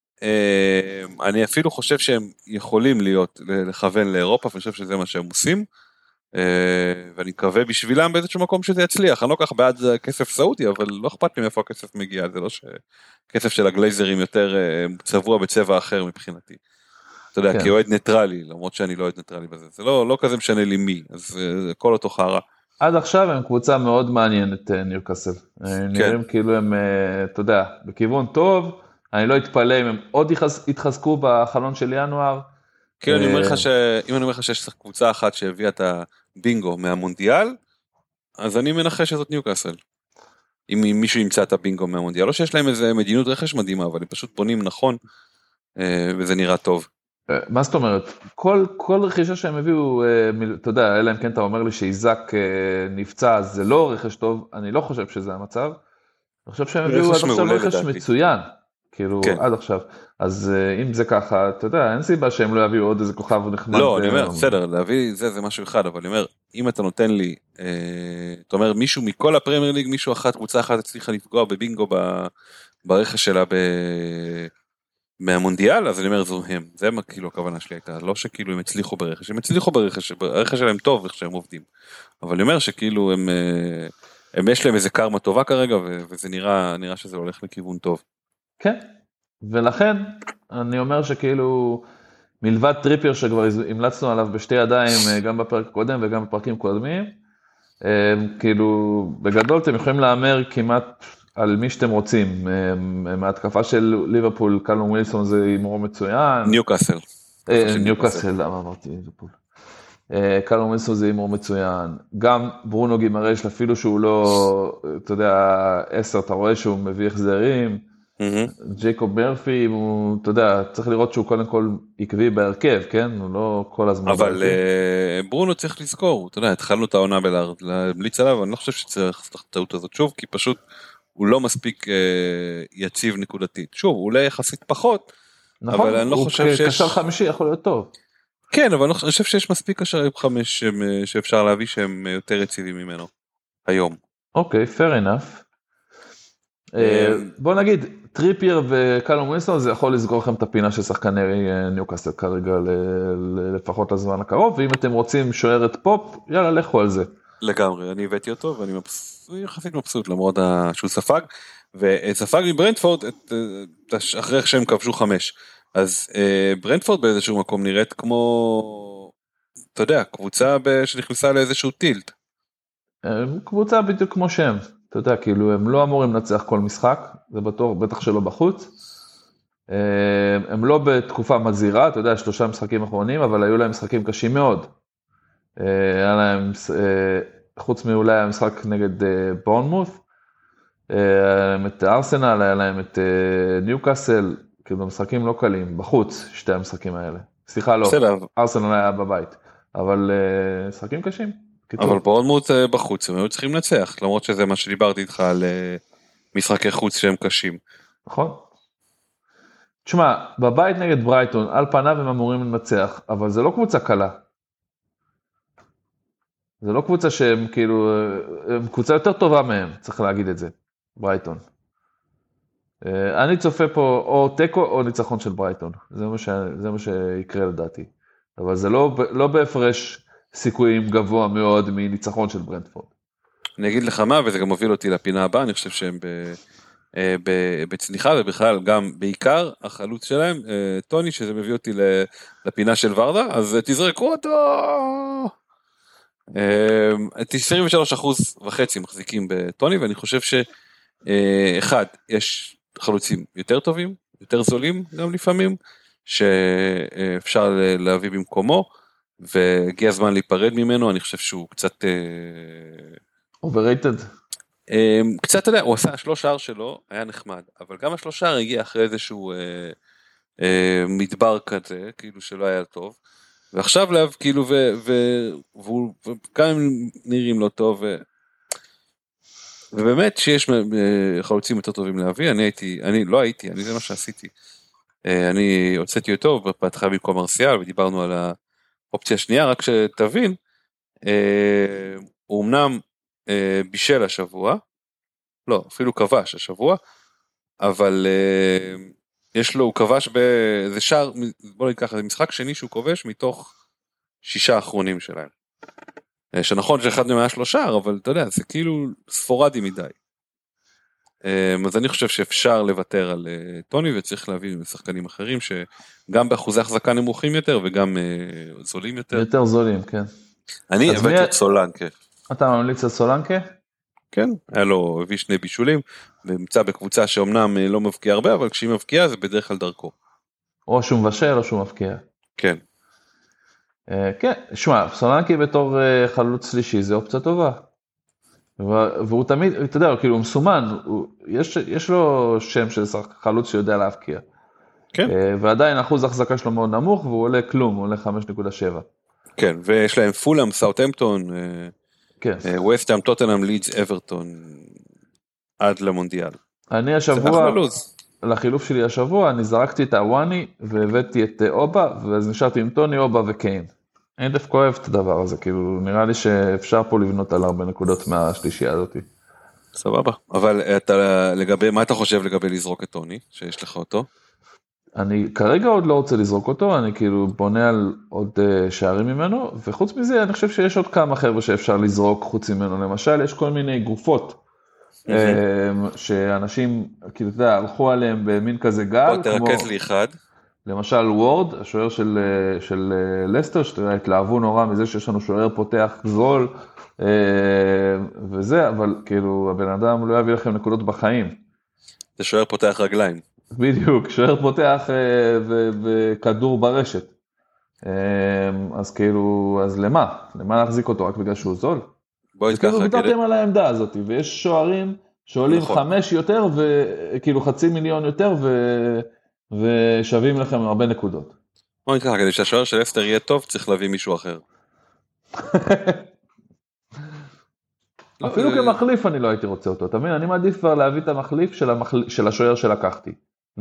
אני אפילו חושב שהם יכולים לכוון לאירופה, ואני חושב שזה מה שהם עושים, ואני מקווה בשבילם באיזשהו מקום שזה יצליח, אני לא כך בעד כסף סעודי, אבל לא אכפת לי מאיפה הכסף מגיע, זה לא שכסף של הגלייזרים יותר צבוע בצבע אחר מבחינתי. אתה יודע, כי אוהד ניטרלי, למרות שאני לא אוהד ניטרלי בזה, זה לא כזה משנה לי מי, אז כל אותו חרה. עד עכשיו הם קבוצה מאוד מעניינת ניוקאסל, נראים כאילו הם, אתה יודע, בכיוון טוב, אני לא אתפלא אם הם עוד יתחזקו בחלון של ינואר. כן, אם אני אומר לך שיש קבוצה אחת שהביאה את הבינגו מהמונדיאל, אז אני מנחש שזאת ניוקאסל. אם מישהו ימצא את הבינגו מהמונדיאל, לא שיש להם איזה מדיניות רכש מדהימה, אבל הם פשוט בונים נכון, וזה נראה טוב. מה זאת אומרת? כל רכישה שהם הביאו, אתה יודע, אלא אם כן אתה אומר לי שאיזק נפצע, אז זה לא רכש טוב, אני לא חושב שזה המצב. אני חושב שהם הביאו עד עכשיו רכש מצוין, כאילו עד עכשיו. אז אם זה ככה, אתה יודע, אין סיבה שהם לא יביאו עוד איזה כוכב נחמד. לא, אני אומר, בסדר, להביא זה משהו אחד, אבל אני אומר, אם אתה נותן לי, אתה אומר, מישהו מכל הפרמייר ליג, מישהו אחת, קבוצה אחת הצליחה לפגוע בבינגו ברכש שלה מהמונדיאל, אז אני אומר, זו הם, זה מה כאילו הכוונה שלי הייתה, לא שכאילו הם הצליחו ברכש, הם הצליחו ברכש, הרכש שלהם טוב איך שהם עובדים, אבל אני אומר שכאילו הם יש להם איזה קרמה טובה כרגע, וזה נראה שזה הולך לכיוון טוב. כן, ולכן אני אומר שכאילו, מלבד טריפייר שכבר המלצנו עליו בשתי ידיים, גם בפרק הקודם וגם בפרקים קודמים, כאילו, בגדול אתם יכולים לאמר כמעט על מי שאתם רוצים, מההתקפה של ליברפול, קלום ווילסון זה אימור מצוין. ניוקאסל. ניוקאסל, למה אמרתי ליברפול? קלום ווילסון זה אימור מצוין. גם ברונו גימרש, אפילו שהוא לא, אתה יודע, 10, אתה רואה שהוא מביא החזרים. ג'ייקוב מרפי, אתה יודע, צריך לראות שהוא קודם כל עקבי בהרכב, כן? הוא לא כל הזמן. אבל ברונו צריך לזכור, אתה יודע, התחלנו את העונה להמליץ עליו, אני לא חושב שצריך לעשות את הטעות הזאת שוב, כי פשוט הוא לא מספיק יציב נקודתית. שוב, הוא אולי יחסית פחות, נכון, אבל אני לא חושב שיש... קשר חמישי יכול להיות טוב. כן, אבל אני חושב שיש מספיק קשרים 5 שאפשר להביא שהם יותר יציבים ממנו, היום. אוקיי, fair enough. בוא נגיד, טריפייר וקלום ווילסון, זה יכול לסגור לכם את הפינה של שחקני ניוקאסל כרגע, לפחות לזמן הקרוב, ואם אתם רוצים שוערת פופ, יאללה, לכו על זה. לגמרי, אני הבאתי אותו, ואני יחסית מבסוט, למרות שהוא ספג, וספג מברנטפורד, אחרי שהם כבשו 5, אז ברנטפורד באיזשהו מקום נראית כמו, אתה יודע, קבוצה שנכנסה לאיזשהו טילט. קבוצה בדיוק כמו שהם, אתה יודע, כאילו הם לא אמורים לנצח כל משחק, זה בטח שלא בחוץ, הם לא בתקופה מזהירה, אתה יודע, 3 משחקים אחרונים, אבל היו להם משחקים קשים מאוד, היה להם, חוץ מאולי המשחק נגד בורנמות', היה להם את ארסנל, היה להם את ניוקאסל, כאילו משחקים לא קלים, בחוץ, שתי המשחקים האלה. סליחה, לא, ארסנל היה בבית, אבל משחקים קשים. אבל בורנמות' בחוץ, הם היו צריכים לנצח, למרות שזה מה שדיברתי איתך על משחקי חוץ שהם קשים. נכון. תשמע, בבית נגד ברייטון, על פניו הם אמורים לנצח, אבל זה לא קבוצה קלה. זה לא קבוצה שהם כאילו, הם קבוצה יותר טובה מהם, צריך להגיד את זה, ברייטון. אני צופה פה או טקו או ניצחון של ברייטון, זה מה שיקרה לדעתי. אבל זה לא בהפרש סיכויים גבוה מאוד מניצחון של ברנטפורד. אני אגיד לך מה, וזה גם מוביל אותי לפינה הבאה, אני חושב שהם בצניחה, ובכלל גם בעיקר החלוץ שלהם, טוני, שזה מביא אותי לפינה של ורדה, אז תזרקו אותו! 23.5% מחזיקים בטוני, ואני חושב שאחד, יש חלוצים יותר טובים, יותר זולים גם לפעמים, שאפשר להביא במקומו, והגיע הזמן להיפרד ממנו, אני חושב שהוא קצת... overrated. קצת, אתה יודע, הוא עשה 3 שער שלו, היה נחמד, אבל גם 3 שער הגיע אחרי איזשהו מדבר כזה, כאילו שלא היה טוב, ועכשיו כאילו, וגם הם נראים לא טוב, ובאמת שיש חלוצים יותר טובים להביא, אני זה מה שעשיתי, אני הוצאתי אותו, בהתחלה במקום מרסיאל, ודיברנו על האופציה השנייה, רק שתבין, הוא אמנם בישל השבוע, לא, אפילו כבש השבוע, אבל הוא כבש באיזה שער, בוא נגיד ככה, זה משחק שני שהוא כובש מתוך 6 האחרונים שלהם. שנכון שאחד מהם היה 3 שער, אבל אתה יודע, זה כאילו ספורדי מדי. אז אני חושב שאפשר לוותר על טוני, וצריך להביא משחקנים אחרים, שגם באחוזי החזקה נמוכים יותר, וגם זולים יותר. יותר זולים, כן. אני הבאתי את סולנקה. אתה ממליץ על סולנקה? כן, הביא 2 בישולים, ונמצא בקבוצה שאומנם לא מבקיע הרבה, אבל כשהיא מבקיעה זה בדרך כלל דרכו. או שהוא מבשל או שהוא מבקיע. כן. כן, שמע, סולנקה בתור חלוץ שלישי, זה אופציה טובה. והוא תמיד, אתה יודע, כאילו הוא מסומן, יש לו שם של חלוץ שיודע להבקיע. כן. ועדיין אחוז החזקה שלו מאוד נמוך, והוא עולה כלום, הוא עולה 5.7. כן, ויש להם פולאם, סאות'המפטון, כן. וסטהאם, טוטנהאם, לידס, אברטון, עד למונדיאל. אני השבוע, לחילוף שלי השבוע, אני זרקתי את הוואני, והבאתי את אובה, ואז נשארתי עם טוני, אובה וקיין. אין דווקא אוהב את הדבר הזה, כאילו נראה לי שאפשר פה לבנות על 4 נקודות מהשלישייה הזאת. סבבה, אבל מה אתה חושב לגבי לזרוק את טוני, שיש לך אותו? אני כרגע עוד לא רוצה לזרוק אותו, אני כאילו בונה על עוד שערים ממנו, וחוץ מזה אני חושב שיש עוד כמה חבר'ה שאפשר לזרוק חוץ ממנו, למשל יש כל מיני גופות, שאנשים כאילו אתה יודע, הלכו עליהם במין כזה גל, בוא תרכז לי אחד. למשל וורד, השוער של לסטר, שאתה התלהבו נורא מזה שיש לנו שוער פותח זול, וזה, אבל כאילו הבן אדם לא יביא לכם נקודות בחיים. זה שוער פותח רגליים. בדיוק, שוער פותח וכדור ברשת. אז כאילו, אז למה? למה להחזיק אותו רק בגלל שהוא זול? בואי ככה. כאילו ויתרתם על העמדה הזאת, ויש שוערים שעולים 5 יותר, וכאילו 500,000 יותר, ושווים לכם הרבה נקודות. בואי ככה, כדי שהשוער של לסטר יהיה טוב, צריך להביא מישהו אחר. אפילו כמחליף אני לא הייתי רוצה אותו, אתה מבין? אני מעדיף כבר להביא את המחליף של השוער שלקחתי,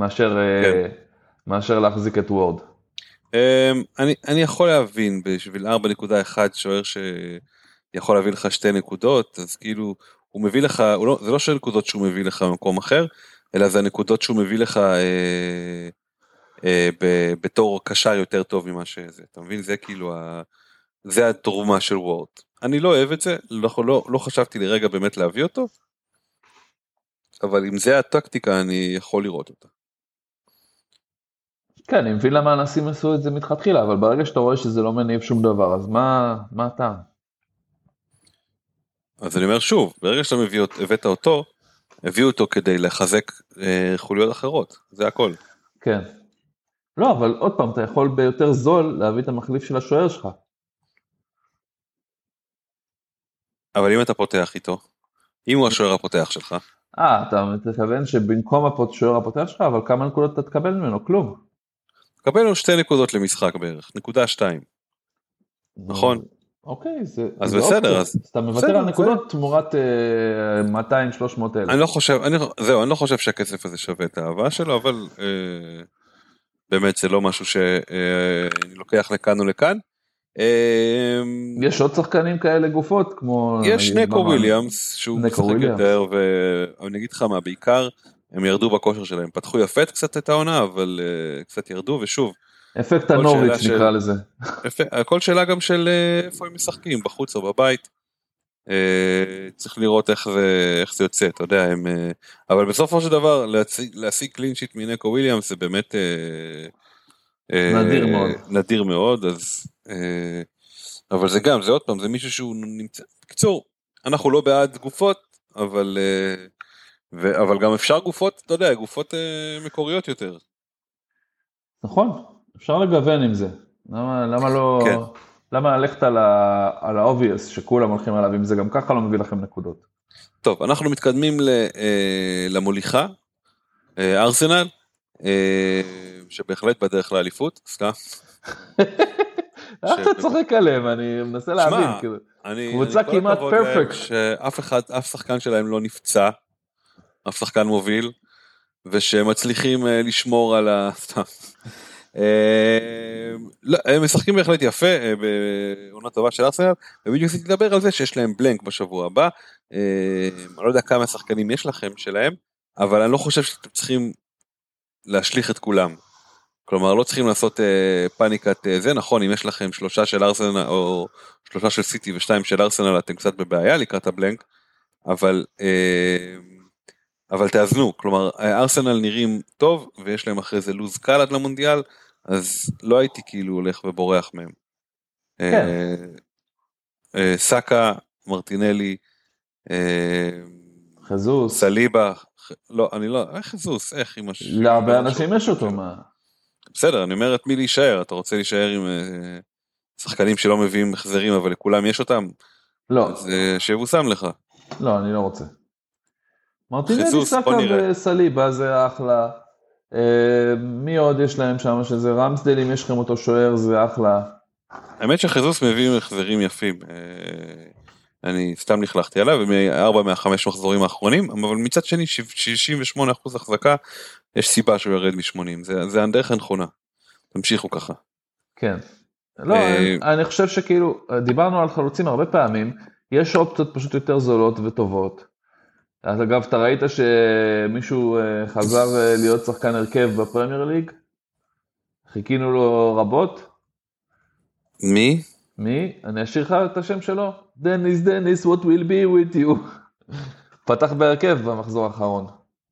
מאשר להחזיק את וורד. אני יכול להבין, בשביל 4.1 שוער שיכול להביא לך 2 נקודות, אז כאילו, הוא מביא לך, זה לא של נקודות שהוא מביא לך במקום אחר, אלא זה הנקודות שהוא מביא לך בתור קשר יותר טוב ממה שזה, אתה מבין? זה כאילו, זה התרומה של וורד. אני לא אוהב את זה, לא חשבתי לרגע באמת להביא אותו, אבל אם זה הטקטיקה אני יכול לראות אותה. כן, אני מבין למה אנשים עשו את זה מתחתחילה, אבל ברגע שאתה רואה שזה לא מניב שום דבר, אז מה הטעם? אז אני אומר שוב, ברגע שאתה הבאת אותו, הביאו אותו כדי לחזק חוליות אחרות, זה הכל. כן. לא, אבל עוד פעם, אתה יכול ביותר זול להביא את המחליף של השוער שלך. אבל אם אתה פותח איתו, אם הוא השוער הפותח שלך. אתה מתכוון שבמקום השוער הפותח שלך, אבל כמה נקודות אתה תקבל ממנו? כלום. תקבל לו 2 נקודות למשחק בערך, 1.2. נכון? אוקיי, אז בסדר, אז אתה מוותר על נקודות תמורת 200-300 אלף. אני לא חושב שהכסף הזה שווה את האהבה שלו, אבל באמת זה לא משהו שאני לוקח לכאן או לכאן. יש עוד שחקנים כאלה גופות, כמו... יש נקו וויליאמס, שהוא משחק יותר, ואני אגיד לך מה, בעיקר הם ירדו בכושר שלהם, פתחו יפה קצת את העונה, אבל קצת ירדו, ושוב, אפקט הנוריץ' נקרא לזה. הכל שאלה גם של איפה הם משחקים, בחוץ או בבית, צריך לראות איך זה יוצא, אתה יודע, אבל בסופו של דבר, להשיג קלין שיט מנקו וויליאמס, זה באמת נדיר מאוד, אז... אבל זה גם, זה עוד פעם, זה מישהו שהוא נמצא, בקיצור, אנחנו לא בעד גופות, אבל גם אפשר גופות, אתה יודע, גופות מקוריות יותר. נכון, אפשר לגוון עם זה. למה לא, למה ללכת על ה-obvious שכולם הולכים עליו, אם זה גם ככה לא מביא לכם נקודות. טוב, אנחנו מתקדמים למוליכה, ארסנל, שבהחלט בדרך לאליפות, סתם. אתה צוחק עליהם, אני מנסה להבין, קבוצה כמעט פרפקט. שאף שחקן שלהם לא נפצע, אף שחקן מוביל, ושמצליחים לשמור על סתם. הם משחקים בהחלט יפה בעונה טובה של ארסנל, ובדיוק רציתי לדבר על זה שיש להם בלנק בשבוע הבא. אני לא יודע כמה שחקנים יש לכם שלהם, אבל אני לא חושב שאתם צריכים להשליך את כולם. כלומר, לא צריכים לעשות פאניקת זה, נכון, אם יש לכם 3 של ארסנל, או 3 של סיטי ו2 של ארסנל, אתם קצת בבעיה לקראת הבלנק, אבל תאזנו, כלומר, ארסנל נראים טוב, ויש להם אחרי זה לוז קל עד למונדיאל, אז לא הייתי כאילו הולך ובורח מהם. סאקה, מרטינלי, חזוס. סליבה, לא, אני לא, חזוס, איך עם להרבה אנשים יש אותו, מה? בסדר, אני אומר את מי להישאר, אתה רוצה להישאר עם שחקנים שלא מביאים מחזרים, אבל לכולם יש אותם? לא. אז שיבוסם לך. לא, אני לא רוצה. מרטינלי, סאקה וסליבה זה אחלה. מי עוד יש להם שם שזה רמסדל, אם יש לכם אותו שוער זה אחלה. האמת שחזוס מביא מחזרים יפים. אני סתם נכלכתי עליו, מ4 מה-5 מחזורים האחרונים, אבל מצד שני 68% החזקה, יש סיבה שהוא ירד מ-80, זה הדרך הנכונה. תמשיכו ככה. כן. לא, אני חושב שכאילו, דיברנו על חלוצים הרבה פעמים, יש אופציות פשוט יותר זולות וטובות. אז אגב, אתה ראית שמישהו חזר להיות שחקן הרכב בפרמייר ליג? חיכינו לו רבות? מי? מי? אני אשאיר לך את השם שלו? דניס, what will be with you? פתח בהרכב במחזור האחרון.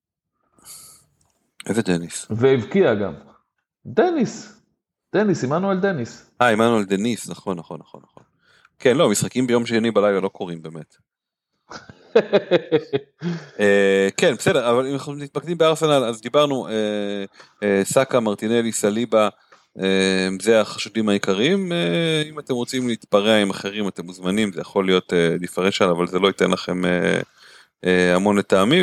איזה דניס? והבקיע גם. דניס, עמנואל דניס. עמנואל דניס, נכון. כן, לא, משחקים ביום שני בלילה לא קורים באמת. כן, בסדר, אבל אם אנחנו מתמקדים בארסנל, אז דיברנו, סאקה, מרטינלי, סליבה, זה החשודים העיקריים. אם אתם רוצים להתפרע עם אחרים, אתם מוזמנים, זה יכול להיות דיפרנציאל, אבל זה לא ייתן לכם המון לטעמי,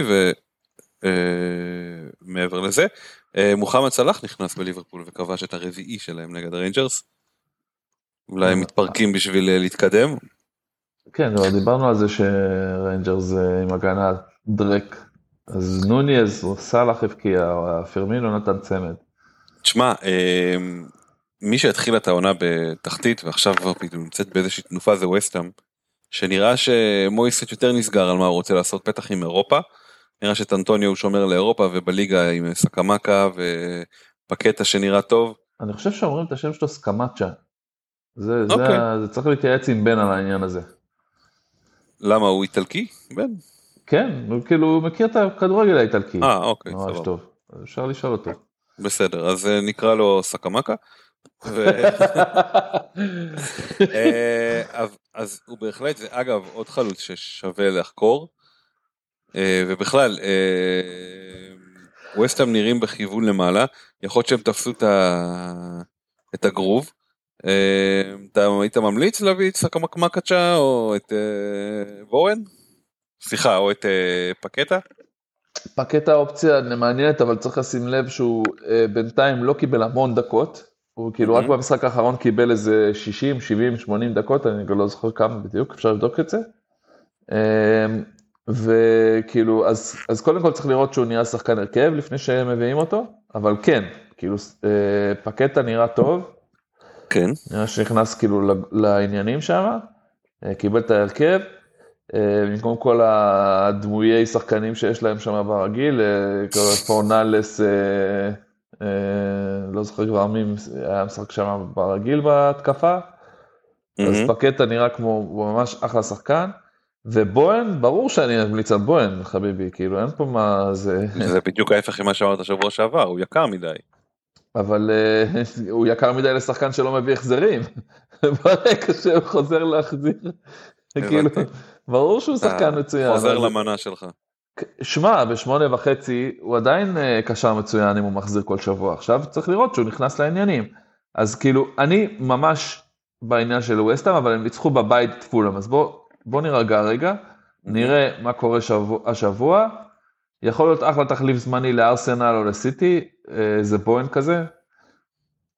ומעבר לזה, מוחמד סלאח נכנס בליברפול וכבש את הרביעי שלהם נגד הריינג'רס. אולי הם מתפרקים בשביל להתקדם. כן, אבל דיברנו על זה שריינג'רס עם הגנה דרק, אז נוניז, סלאח הבקיע, פרמינו נתן צמד. תשמע, מי שהתחיל את העונה בתחתית, ועכשיו כבר פתאום נמצאת באיזושהי תנופה, זה ווסטהאם, שנראה שמויסט יותר נסגר על מה הוא רוצה לעשות, פתח עם אירופה, נראה שאת אנטוניו הוא שומר לאירופה, ובליגה עם סקמקה, ופקטה שנראה טוב. אני חושב שאומרים את השם שלו סקמצ'ה, זה צריך להתייעץ עם בן על העניין הזה. למה, הוא איטלקי? בן? כן, הוא כאילו מכיר את הכדורגל האיטלקי. אוקיי, ממש טוב, אפשר לשאול אותו. בסדר, אז נקרא לו סקמקה. אז הוא בהחלט, זה אגב עוד חלוץ ששווה לחקור, ובכלל, ווסטהאם נראים בכיוון למעלה, יכול להיות שהם תפסו את הגרוב. אתה היית ממליץ להביא את סקמקה או את בורן? סליחה, או את פקטה? פקטה אופציה מעניינת, אבל צריך לשים לב שהוא בינתיים לא קיבל המון דקות, הוא כאילו רק במשחק האחרון קיבל איזה 60, 70, 80 דקות, אני לא זוכר כמה בדיוק, אפשר לבדוק את זה. וכאילו, אז קודם כל צריך לראות שהוא נראה שחקן הרכב לפני שהם מביאים אותו, אבל כן, כאילו פקטה נראה טוב, כן. נראה שנכנס כאילו לעניינים שם, קיבל את ההרכב, במקום כל הדמויי שחקנים שיש להם שם ברגיל, פורנלס, לא זוכר כבר מי היה משחק שם ברגיל בהתקפה, אז פקטה נראה כמו ממש אחלה שחקן, ובוהן, ברור שאני ממליץ על בוהן, חביבי, כאילו אין פה מה זה... זה בדיוק ההפך ממה שאמרת שבוע שעבר, הוא יקר מדי. אבל הוא יקר מדי לשחקן שלא מביא החזרים, ברקע שהוא חוזר להחזיר, כאילו, ברור שהוא שחקן מצוין. חוזר למנה שלך. שמע, ב8.5 הוא עדיין קשר מצוין אם הוא מחזיר כל שבוע, עכשיו צריך לראות שהוא נכנס לעניינים, אז כאילו, אני ממש בעניין של ווסטהאם, אבל הם ניצחו בבית את פולהאם, אז בוא נרגע רגע, נראה מה קורה השבוע, יכול להיות אחלה תחליף זמני לארסנל או לסיטי, זה בוהן כזה,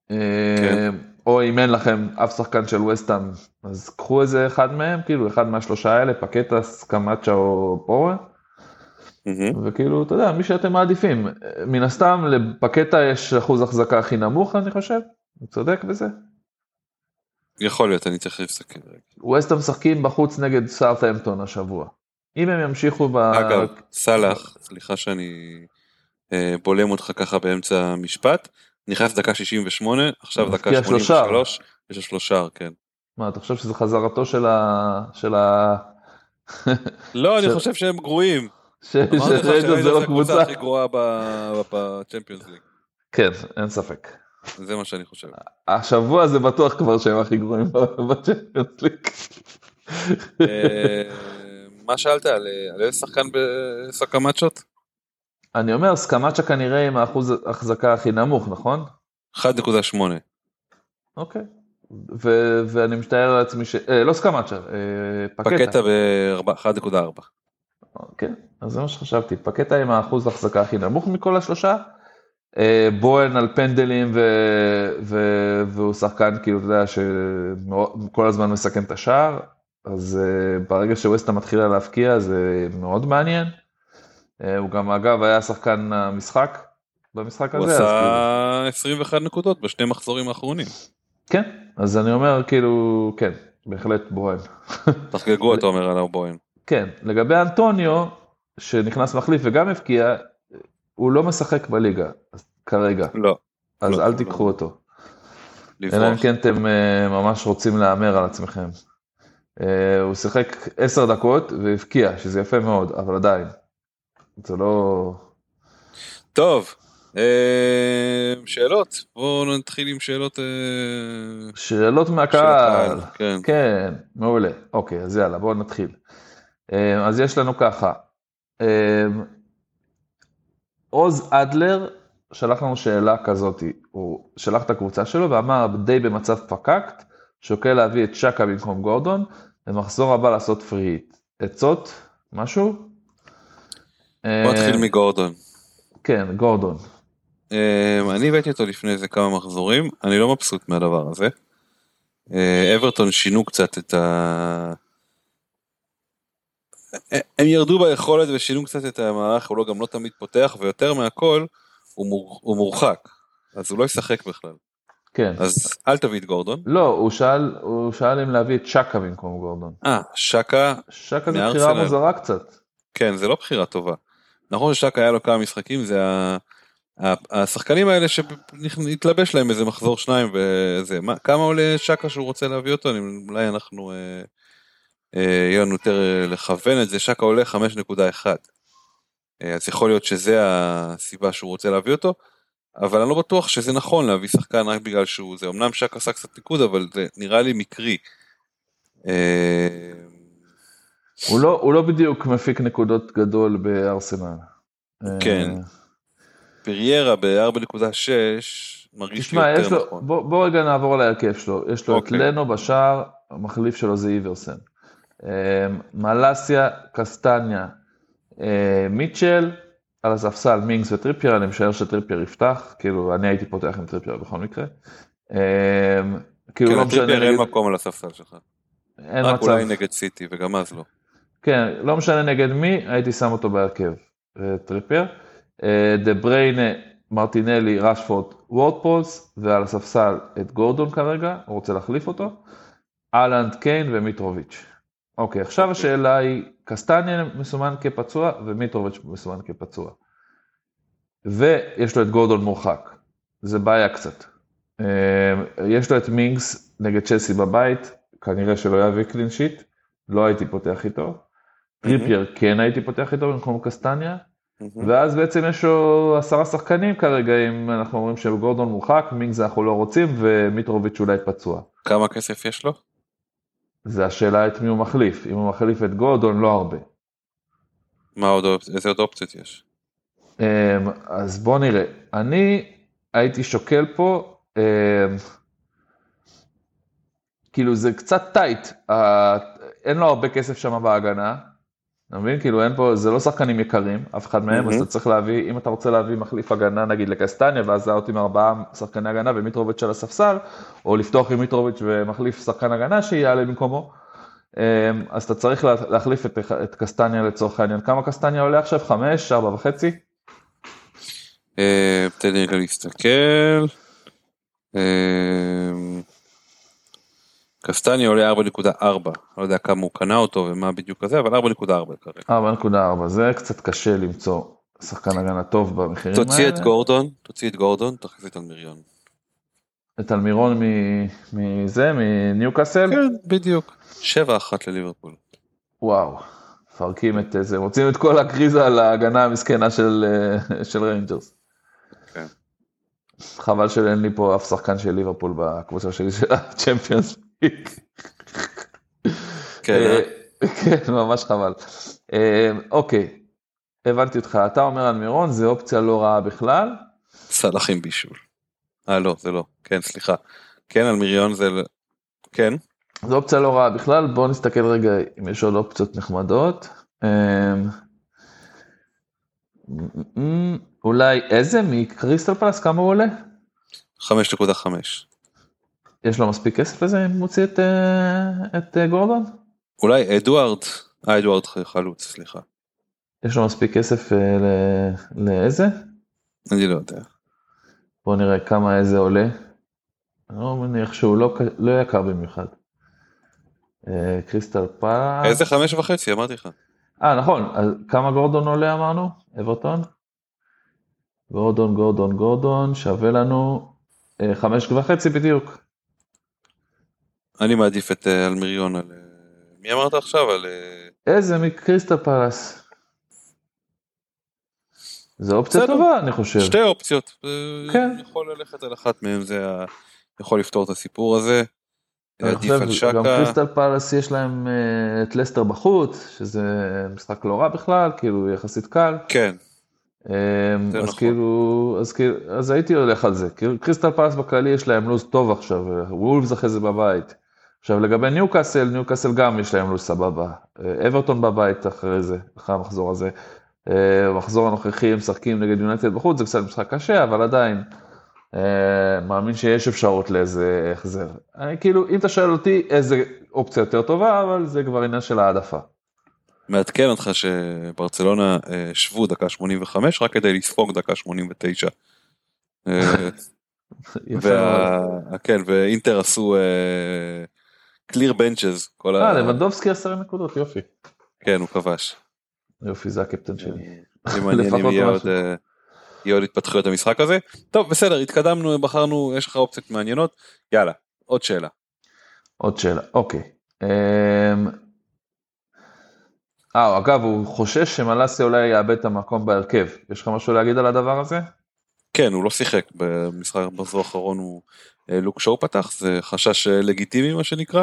או אם אין לכם אף שחקן של ווסטהאם, אז קחו איזה אחד מהם, כאילו אחד מהשלושה האלה, פקטס, קמצ'ה או בורן, וכאילו, אתה יודע, מי שאתם מעדיפים, מן הסתם לפקטה יש אחוז החזקה הכי נמוך, אני חושב, הוא צודק בזה? יכול להיות, אני צריך להפסקים. ווסטהאם משחקים בחוץ נגד סאות'המפטון השבוע. אם הם ימשיכו אגב, סלאח, סליחה שאני בולם אותך ככה באמצע המשפט, נכנס דקה 68, עכשיו דקה 83, יש לו 3 שער, כן. מה, אתה חושב שזה חזרתו של לא, אני חושב שהם גרועים. אמרתי לך שריידרס זה הקבוצה הכי גרועה בצ'מפיונס ליג. כן, אין ספק. זה מה שאני חושב. השבוע זה בטוח כבר שהם הכי גרועים בצ'מפיונס ליג. מה שאלת על איזה שחקן בסקמצ'ות? אני אומר, סקמצ'ה כנראה עם האחוז החזקה הכי נמוך, נכון? 1.8. אוקיי. ואני משתאר לעצמי לא סקמצ'ה, פקטה ב-1.4. אוקיי, אז זה מה שחשבתי. פקטה עם האחוז החזקה הכי נמוך מכל השלושה. בוהן על פנדלים והוא שחקן כאילו, אתה יודע, שכל הזמן מסכן את השער. אז ברגע שווסטה מתחילה להפקיע, זה מאוד מעניין. הוא גם אגב היה שחקן המשחק, במשחק הזה. הוא עשה 21 נקודות בשני מחזורים האחרונים. כן, אז אני אומר כאילו, כן, בהחלט בוהן. תחגגו אתה אומר עליו בוהן. כן, לגבי אנטוניו, שנכנס מחליף וגם הפקיע, הוא לא משחק בליגה כרגע. לא. אז אל תיקחו אותו. אלא אם כן אתם ממש רוצים להאמר על עצמכם. הוא שיחק 10 דקות והפקיע, שזה יפה מאוד, אבל עדיין. זה לא... טוב, שאלות? בואו נתחיל עם שאלות... שאלות מהקהל. כן. כן, מעולה. אוקיי, אז יאללה, בואו נתחיל. אז יש לנו ככה. עוז אדלר שלח לנו שאלה כזאת, הוא שלח את הקבוצה שלו ואמר די במצב פקקט, שוקל להביא את שקה במקום גורדון, ומחזור הבא לעשות פריט. עצות? משהו? בוא נתחיל מגורדון. כן, גורדון. אני הבאתי אותו לפני איזה כמה מחזורים, אני לא מבסוט מהדבר הזה. אברטון שינו קצת את הם ירדו ביכולת ושינו קצת את המערך, הוא גם לא תמיד פותח, ויותר מהכל הוא מורחק, אז הוא לא ישחק בכלל. כן. אז אל תביא את גורדון. לא, הוא שאל אם להביא את שקה במקום גורדון. שקה. שקה זה בחירה מוזרה קצת. כן, זה לא בחירה טובה. נכון ששקה היה לו כמה משחקים, זה השחקנים האלה שהתלבש להם איזה מחזור 2 וזה. כמה עולה שקה שהוא רוצה להביא אותו? אולי אנחנו... יהיה לנו יותר לכוון את זה, שקה עולה 5.1. אז יכול להיות שזה הסיבה שהוא רוצה להביא אותו, אבל אני לא בטוח שזה נכון להביא שחקן רק בגלל שהוא, זה אמנם שקה עשה קצת ניקוד, אבל זה נראה לי מקרי. הוא לא בדיוק מפיק נקודות גדול בארסנל. כן. פריירה ב-4.6 מרגיש לי יותר נכון. בוא רגע נעבור על ההרכב שלו. יש לו את לנו בשער, המחליף שלו זה איברסן. מלאסיה, קסטניה, מיטשל, על הספסל מינגס וטריפייר, אני משער שטריפייר יפתח, כאילו אני הייתי פותח עם טריפייר בכל מקרה. כן, לטריפייר אין מקום על הספסל שלך. רק אולי נגד סיטי, וגם אז לא. כן, לא משנה נגד מי, הייתי שם אותו בהרכב, טריפייר. דה בריינה, מרטינלי, רשפורד, וורדפולס, ועל הספסל את גורדון כרגע, הוא רוצה להחליף אותו. אלנד, קיין ומיטרוביץ'. אוקיי, עכשיו השאלה היא, קסטניה מסומן כפצוע, ומיטרוביץ' מסומן כפצוע. ויש לו את גורדון מורחק. זה בעיה קצת. יש לו את מינגס נגד צ'לסי בבית, כנראה שלא יביא קלין שיט, לא הייתי פותח איתו. טריפייר כן הייתי פותח איתו במקום קסטניה, ואז בעצם יש לו 10 שחקנים כרגע, אם אנחנו אומרים שגורדון מורחק, מינגס אנחנו לא רוצים, ומיטרוביץ' אולי פצוע. כמה כסף יש לו? זה השאלה את מי הוא מחליף. אם הוא מחליף את גורדון, לא הרבה. איזה עוד אופציות יש? אז בוא נראה. אני הייתי שוקל פה, כאילו זה קצת טייט, אין לו הרבה כסף שם בהגנה, אתה מבין? כאילו אין פה, זה לא שחקנים יקרים, אף אחד מהם, אז אתה צריך להביא, אם אתה רוצה להביא מחליף הגנה נגיד לקסטניה, ואז זה out עם 4 שחקני הגנה ומיטרוביץ' על הספסל, או לפתוח עם מיטרוביץ' ומחליף שחקן הגנה שיעלה במקומו, אז אתה צריך להחליף את קסטניה לצורך העניין. כמה קסטניה עולה עכשיו? 5, 4.5? תן לי להסתכל. קסטניה עולה 4.4, לא יודע כמה הוא קנה אותו ומה בדיוק כזה, אבל 4.4 כרגע. 4.4, זה קצת קשה למצוא שחקן הגנה טוב במחירים האלה. תוציא את גורדון, תכניס את אלמיריון. את אלמירון מזה, מניוקאסל? כן, בדיוק. 7-1 לליברפול. וואו, פרקים את זה, רוצים את כל הקריזה על ההגנה המסכנה של ריינג'רס. כן. חבל שאין לי פה אף שחקן של ליברפול בקבוצה שלי של הצ'מפיונס ליג. כן, כן, ממש חבל. אוקיי, הבנתי אותך, אתה אומר על מירון, זה אופציה לא רעה בכלל? סלח עם בישול. לא, זה לא, כן, סליחה. כן, על מיריון זה, כן. זו אופציה לא רעה בכלל, בואו נסתכל רגע אם יש עוד אופציות נחמדות. אולי איזה מקריסטל פלאס, כמה הוא עולה? 5.5. יש לו מספיק כסף לזה אם מוציא את גורדון? אולי אדוארד חלוץ, סליחה. יש לו מספיק כסף לאיזה? אני לא יודע. בואו נראה כמה איזה עולה. אני לא מניח שהוא לא יקר במיוחד. קריסטל פלאס. איזה 5.5, אמרתי לך. נכון, אז כמה גורדון עולה אמרנו? אברטון? גורדון, שווה לנו 5.5 בדיוק. אני מעדיף את אלמיריון על... מי אמרת עכשיו? על... איזה מקריסטל פלאס. זו אופציה טובה, אני חושב. שתי אופציות. כן. יכול ללכת על אחת מהם, זה יכול לפתור את הסיפור הזה. עדיף על שקה. גם קריסטל פלאס יש להם את לסטר בחוץ, שזה משחק לא רע בכלל, כאילו יחסית קל. כן. אז כאילו, אז הייתי הולך על זה. קריסטל פלאס בכללי יש להם לוז טוב עכשיו, וולפס אחרי זה בבית. עכשיו לגבי ניוקאסל גם יש להם לוז סבבה. אברטון בבית אחרי זה, אחרי המחזור הזה. המחזור הנוכחי הם משחקים נגד יונייטד בחוץ, זה קצת משחק קשה, אבל עדיין מאמין שיש אפשרות לאיזה החזר. כאילו, אם אתה שואל אותי איזה אופציה יותר טובה, אבל זה כבר עניין של העדפה. מעדכן אותך שברצלונה שבו דקה 85, רק כדי לספוג דקה 89. כן, ואינטר עשו clear benches. לבנדובסקי 10 נקודות, יופי. כן, הוא כבש. יופי, זה הקפטן שלי. זה מעניין אם יהיה עוד התפתחויות המשחק הזה. טוב, בסדר, התקדמנו, בחרנו, יש לך אופציות מעניינות. יאללה, עוד שאלה. אוקיי. אגב, הוא חושש שמלאסיה אולי יאבד את המקום בהרכב. יש לך משהו להגיד על הדבר הזה? כן, הוא לא שיחק במשחק במחזור האחרון, הוא לוק שואו פתח, זה חשש לגיטימי מה שנקרא.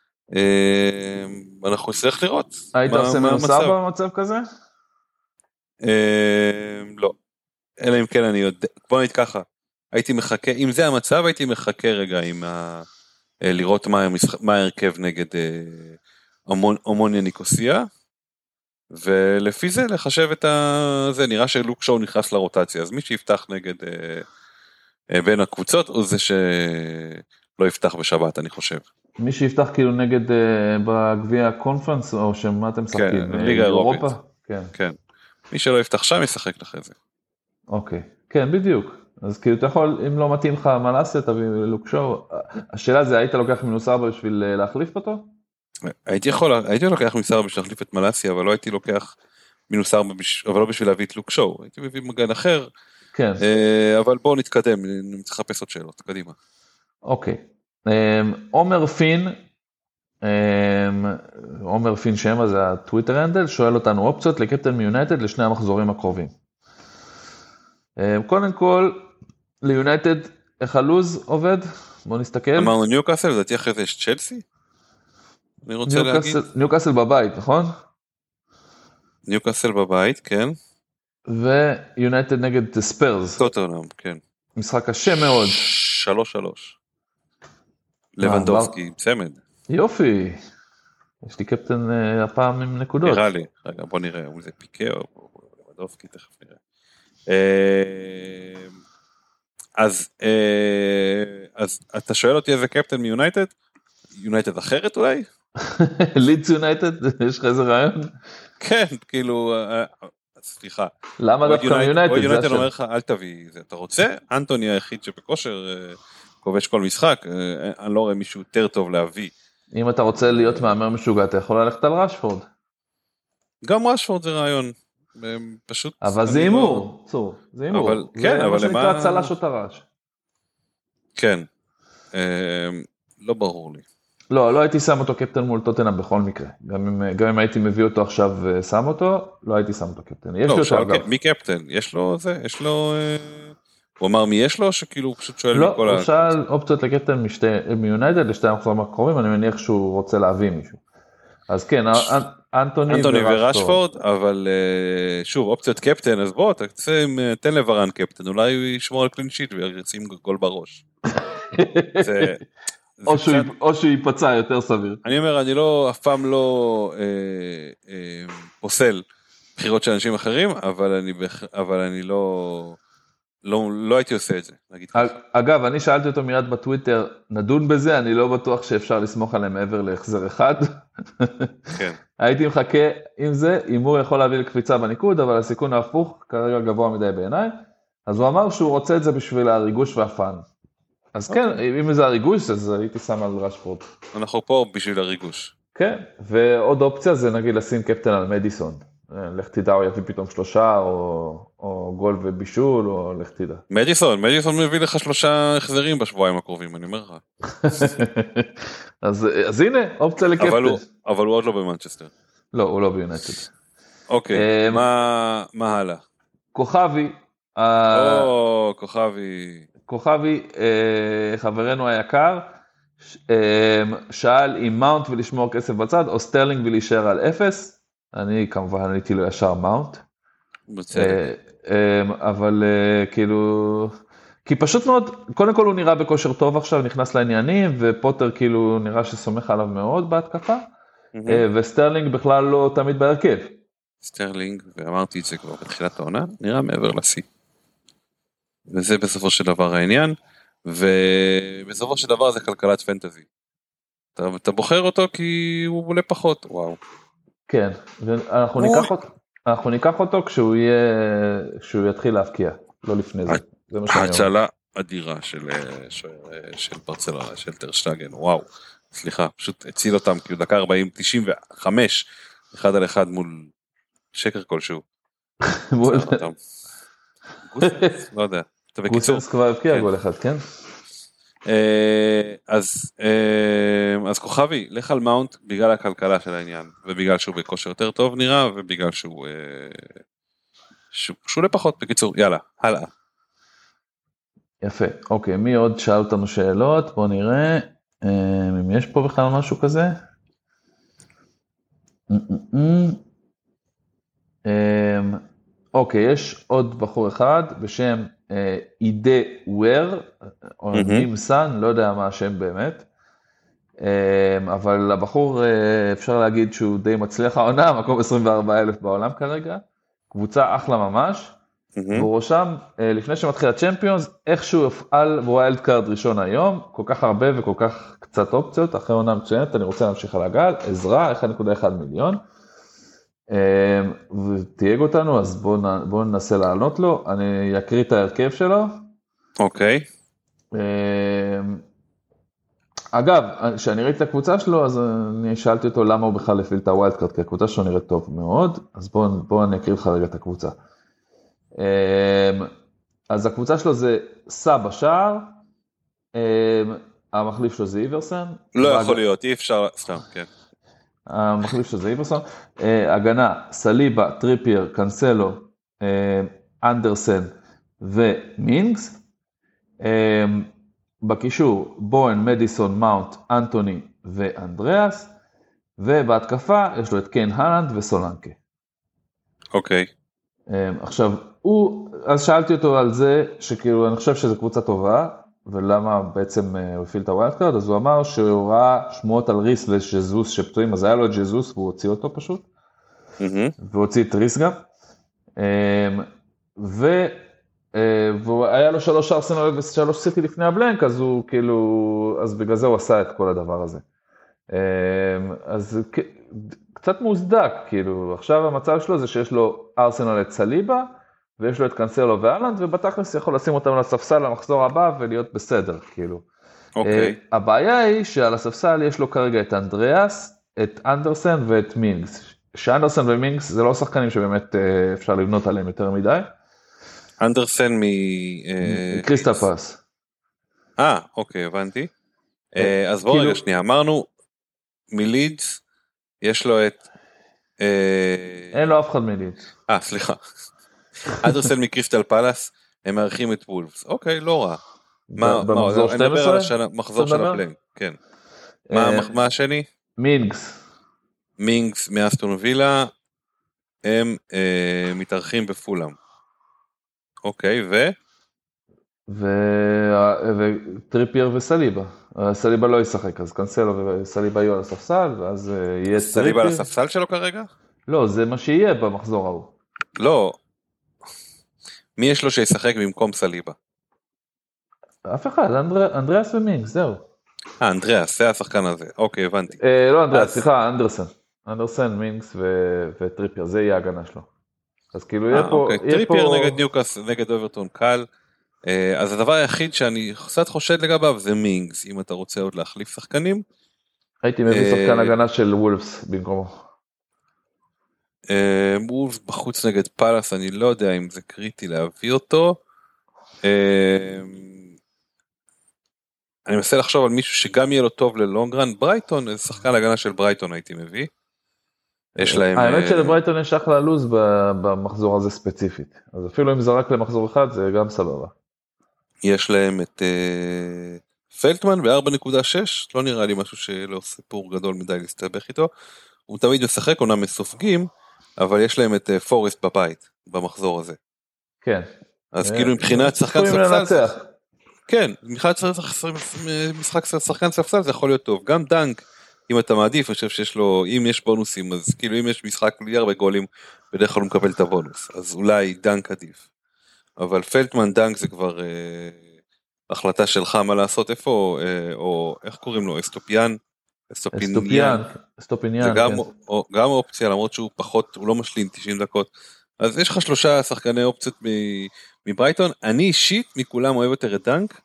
אנחנו נצטרך לראות. היית עושה מנוסה במצב כזה? לא. אלא אם כן אני יודע, בוא נגיד ככה, הייתי מחכה, אם זה המצב הייתי מחכה רגע לראות מה ההרכב נגד אומוניה ניקוסיה, ולפי זה לחשב את זה, נראה שלוק שואו נכנס לרוטציה, אז מי שיפתח נגד בין הקבוצות, הוא זה שלא יפתח בשבת, אני חושב. מי שיפתח כאילו נגד בגביע הקונפרנס, או שמה אתם משחקים? כן, ליגה אירופית. כן. מי שלא יפתח שם ישחק לך את זה. אוקיי, כן, בדיוק. אז כאילו אתה יכול, אם לא מתאים לך מלאסיה, תביא לוק שואו. השאלה זה, היית לוקח מינוס 4 בשביל להחליף אותו? הייתי לוקח מינוס 4 בשביל להחליף את מלאסיה, אבל לא הייתי לוקח מינוס 4, אבל לא בשביל להביא את לוק שואו. הייתי מביא מגן אחר. כן. אבל בואו נתקדם, נצטרך לחפש עוד שאלות, קדימה. אוקיי. עומר פין שמה זה הטוויטר הנדל, שואל אותנו אופציות לקפטן מיונייטד לשני המחזורים הקרובים. קודם כל, ליונייטד, איך הלוז עובד? בואו נסתכל. אמרנו ניוקאסל, לדעתי אחרי זה יש צ'לסי? אני רוצה להגיד. ניוקאסל בבית, נכון? ניוקאסל בבית, כן. ויונייטד נגד ספרס. טוטנהאם, כן. משחק קשה מאוד. 3-3. לבנדובסקי, צמד. יופי. יש לי קפטן הפעם עם נקודות. נראה לי, רגע בוא נראה, אם זה פיקה או לבדובסקי, תכף נראה. אז אתה שואל אותי איזה קפטן מיונייטד? יונייטד אחרת אולי? לידס יונייטד? יש לך איזה רעיון? כן, כאילו, סליחה. למה דווקא מיונייטד? או יונייטד אומר לך, אל תביא זה. אתה רוצה? אנטוני היחיד שבכושר כובש כל משחק, אני לא רואה מישהו יותר טוב להביא. אם אתה רוצה להיות מאמר משוגע, אתה יכול ללכת על רשפורד. גם רשפורד זה רעיון. פשוט... אבל זה אימור, צור. זה אימור. כן, אבל זה מה שנקרא צלש או טרש. כן. לא ברור לי. לא הייתי שם אותו קפטן מול טוטנהאם בכל מקרה. גם אם הייתי מביא אותו עכשיו ושם אותו, לא הייתי שם אותו קפטן. יש לי אותו אגב. מי קפטן? יש לו זה? יש לו... הוא אמר מי יש לו, שכאילו הוא פשוט שואל מכל לא, הוא שאל אופציות לקפטן מיונייטד לשתי המחזורים הקרובים, אני מניח שהוא רוצה להביא מישהו. אז כן, אנטוני ורשפורד, אבל שוב, אופציות קפטן, אז בוא, תן לברן קפטן, אולי הוא ישמור על קלין שיט וישים גול בראש. או שהוא ייפצע יותר סביר. אני אומר, אני לא, אף פעם לא פוסל בחירות של אנשים אחרים, אבל אני לא הייתי עושה את זה. אגב, אני שאלתי אותו מיד בטוויטר, נדון בזה, אני לא בטוח שאפשר לסמוך עליהם מעבר להחזר אחד. כן. הייתי מחכה עם זה, אם הוא יכול להביא לקפיצה בניקוד, אבל הסיכון ההפוך כרגע גבוה מדי בעיניי. אז הוא אמר שהוא רוצה את זה בשביל הריגוש והפן. אז כן, אם זה הריגוש, אז הייתי שם על רשפורד. אנחנו פה בשביל הריגוש. כן, ועוד אופציה זה נגיד לשים קפטן על מדיסון. לך תדע, הוא יביא פתאום 3, או גול ובישול, או לך תדע. מדיסון מביא לך 3 החזרים בשבועיים הקרובים, אני אומר לך. אז הנה, אופציה לקפטן. אבל הוא עוד לא במנצ'סטר. לא, הוא לא ביונייטד. אוקיי, מה הלאה? כוכבי. כוכבי, חברנו היקר, שאל אם מאונט ולשמור כסף בצד, או סטרלינג ולהישאר על 0. אני כמובן הייתי לו ישר מאונט. אבל כאילו, כי פשוט מאוד, קודם כל הוא נראה בכושר טוב עכשיו, נכנס לעניינים, ופוטר כאילו נראה שסומך עליו מאוד בהתקפה, וסטרלינג בכלל לא תמיד בהרכב. סטרלינג, ואמרתי את זה כבר בתחילת העונה, נראה מעבר לשיא. וזה בסופו של דבר העניין, ובסופו של דבר זה כלכלת פנטזי. אתה בוחר אותו כי הוא עולה פחות, וואו. כן, אנחנו ניקח אותו כשהוא יתחיל להפקיע, לא לפני זה. ההצלה אדירה של ברצלונה, של טרשטגן, וואו, סליחה, פשוט הציל אותם, כאילו דקה 40, 95, 1 על 1 מול שקר כלשהו. לא יודע. גוסנס כבר הבקיע גול אחד, כן? אז כוכבי, לך על מאונט בגלל הכלכלה של העניין, ובגלל שהוא בכושר יותר טוב נראה, ובגלל שהוא שולה פחות, בקיצור, יאללה, הלאה. יפה, אוקיי, מי עוד שאל אותנו שאלות? בוא נראה, אם יש פה בכלל משהו כזה? אוקיי, יש עוד בחור אחד בשם אידה וויר, או נימסן, לא יודע מה השם באמת, אבל הבחור אפשר להגיד שהוא די מצליח העונה, מקום 24,000 בעולם כרגע, קבוצה אחלה ממש, והוא רושם, לפני שמתחיל הצ'מפיונס, איכשהו יפעל בווילד קארד ראשון היום, כל כך הרבה וכל כך קצת אופציות, אחרי עונה מצוינת, אני רוצה להמשיך על הגל, עזרה, 1.1 מיליון, ותייג אותנו, אז בואו ננסה לענות לו, אני אקריא את ההרכב שלו. אוקיי. אגב, כשאני ראיתי את הקבוצה שלו, אז אני שאלתי אותו למה הוא בכלל הפעיל את הווילד קארד, כי הקבוצה שלו נראית טוב מאוד, אז בואו אני אקריא לך רגע את הקבוצה. אז הקבוצה שלו זה סבא שער, המחליף שלו זה איברסן. לא יכול להיות, אי אפשר, סתם, כן. המחליף שלו זה איברסון, הגנה, סליבה, טריפייר, קנסלו, אנדרסן ומינגס, בקישור, בוהן, מדיסון, מאונט, אנטוני ואנדריאס, ובהתקפה יש לו את קיין הלנד וסולנקה. אוקיי. עכשיו, אז שאלתי אותו על זה, שכאילו אני חושב שזו קבוצה טובה, ולמה בעצם הוא הפעיל את הווילד קארד, אז הוא אמר שהוא ראה שמועות על ריס וג'זוס שפצועים, אז היה לו את ג'זוס והוא הוציא אותו פשוט, והוא הוציא את ריס גם, והיה לו 3 ארסנל ו3 סיטי לפני הבלנק, אז הוא כאילו, אז בגלל זה הוא עשה את כל הדבר הזה. אז קצת מוסדק, כאילו, עכשיו המצב שלו זה שיש לו ארסנל את סליבה, ויש לו את קנסלו ואלנד, ובתכלס יכול לשים אותם על הספסל למחזור הבא ולהיות בסדר, כאילו. אוקיי. הבעיה היא שעל הספסל יש לו כרגע את אנדריאס, את אנדרסן ואת מינגס. שאנדרסן ומינגס זה לא שחקנים שבאמת אפשר לבנות עליהם יותר מדי. אנדרסן קריסטל פלאס. אוקיי, הבנתי. אז בוא רגע שנייה, אמרנו מלידס, יש לו את... אין לו אף אחד מלידס. סליחה. אנדרסן מקריסטל פלאס, הם מארחים את וולפס. אוקיי, לא רע. במחזור 12? אני מדבר על המחזור של הבלנק, כן. מה השני? מינגס מאסטון וילה, הם מתארחים בפולאם. אוקיי, וטריפייר וסליבה. סליבה לא ישחק, אז קנסלו וסליבה יהיו על הספסל, ואז יהיה טריפייר. סליבה על הספסל שלו כרגע? לא, זה מה שיהיה במחזור ההוא. לא. מי יש לו שישחק במקום סליבה? אף אחד, אנדריאס ומינגס, זהו. אנדריאס, זה השחקן הזה. אוקיי, הבנתי. לא אנדריאס, סליחה, אנדרסן, מינגס וטריפייר, זה יהיה ההגנה שלו. אז כאילו יהיה פה... טריפייר נגד ניוקאס, נגד אוברטון קל. אז הדבר היחיד שאני קצת חושד לגביו זה מינגס, אם אתה רוצה עוד להחליף שחקנים. הייתי מביא שחקן הגנה של וולפס במקומו. וולפס בחוץ נגד פלאס, אני לא יודע אם זה קריטי להביא אותו. אני מנסה לחשוב על מישהו שגם יהיה לו טוב ללונגרן. ברייטון, איזה שחקן הגנה של ברייטון הייתי מביא. יש להם... האמת שלברייטון יש אחלה לוז במחזור הזה ספציפית. אז אפילו אם זה רק למחזור אחד, זה גם סבבה. יש להם את פלטמן ב-4.6, לא נראה לי משהו שלא סיפור גדול מדי להסתבך איתו. הוא תמיד משחק, עונה מסופגים, אבל יש להם את פורסט בבית, במחזור הזה. כן. אז כאילו מבחינת שחקן ספסל, כן, מבחינת משחק שחקן ספסל זה יכול להיות טוב. גם דנק, אם אתה מעדיף, אני חושב שיש לו, אם יש בונוסים, אז כאילו אם יש משחק בלי הרבה גולים, בדרך כלל הוא מקבל את הבונוס, אז אולי דנק עדיף. אבל פלטמן דנק זה כבר החלטה שלך מה לעשות, איפה, או איך קוראים לו, אסטופיאן, זה גם אופציה, למרות שהוא פחות, הוא לא משלים 90 דקות, אז יש לך 3 שחקני אופציות מברייטון. אני אישית מכולם אוהב יותר את דנק,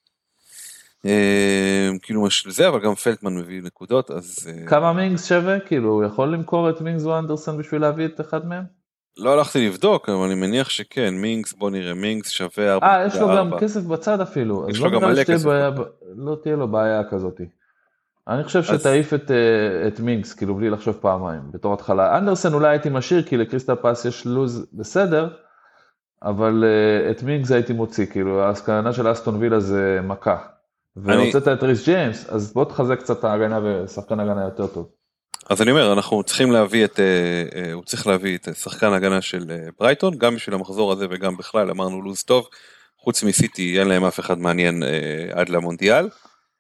כאילו זה, אבל גם פלטמן מביא נקודות, אז... כמה מינגס שווה? כאילו הוא יכול למכור את מינגס או אנדרסן בשביל להביא את אחד מהם? לא הלכתי לבדוק, אבל אני מניח שכן, מינגס, בוא נראה, מינגס שווה 4. יש לו גם כסף בצד אפילו, יש לו גם מלא כסף. לא תהיה לו בעיה כזאת. אני חושב שתעיף את מינגס, כאילו בלי לחשוב פעמיים, בתור התחלה. אנדרסן אולי הייתי משאיר, כי לקריסטל פלאס יש לוז בסדר, אבל את מינגס הייתי מוציא, כאילו ההסקנה של אסטון וילה זה מכה. והוצאת את ריס ג'יימס, אז בוא תחזק קצת ההגנה ושחקן הגנה יותר טוב. אז אני אומר, אנחנו צריכים להביא הוא צריך להביא את שחקן הגנה של ברייטון, גם בשביל המחזור הזה וגם בכלל, אמרנו לוז טוב, חוץ מסיטי אין להם אף אחד מעניין עד למונדיאל.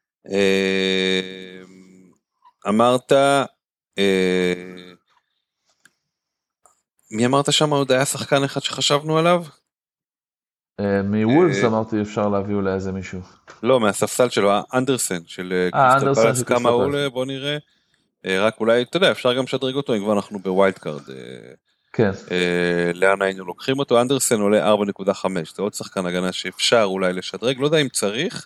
אמרת, מי אמרת שם עוד היה שחקן אחד שחשבנו עליו? מוולפס אמרתי אפשר להביא אולי איזה מישהו. לא, מהספסל שלו, אנדרסן של קריסטל פלאס, כמה הוא עולה, בוא נראה. רק אולי, אתה יודע, אפשר גם לשדרג אותו אם כבר אנחנו בווילד קארד. כן. לאן היינו לוקחים אותו? אנדרסן עולה 4.5, זה עוד שחקן הגנה שאפשר אולי לשדרג, לא יודע אם צריך.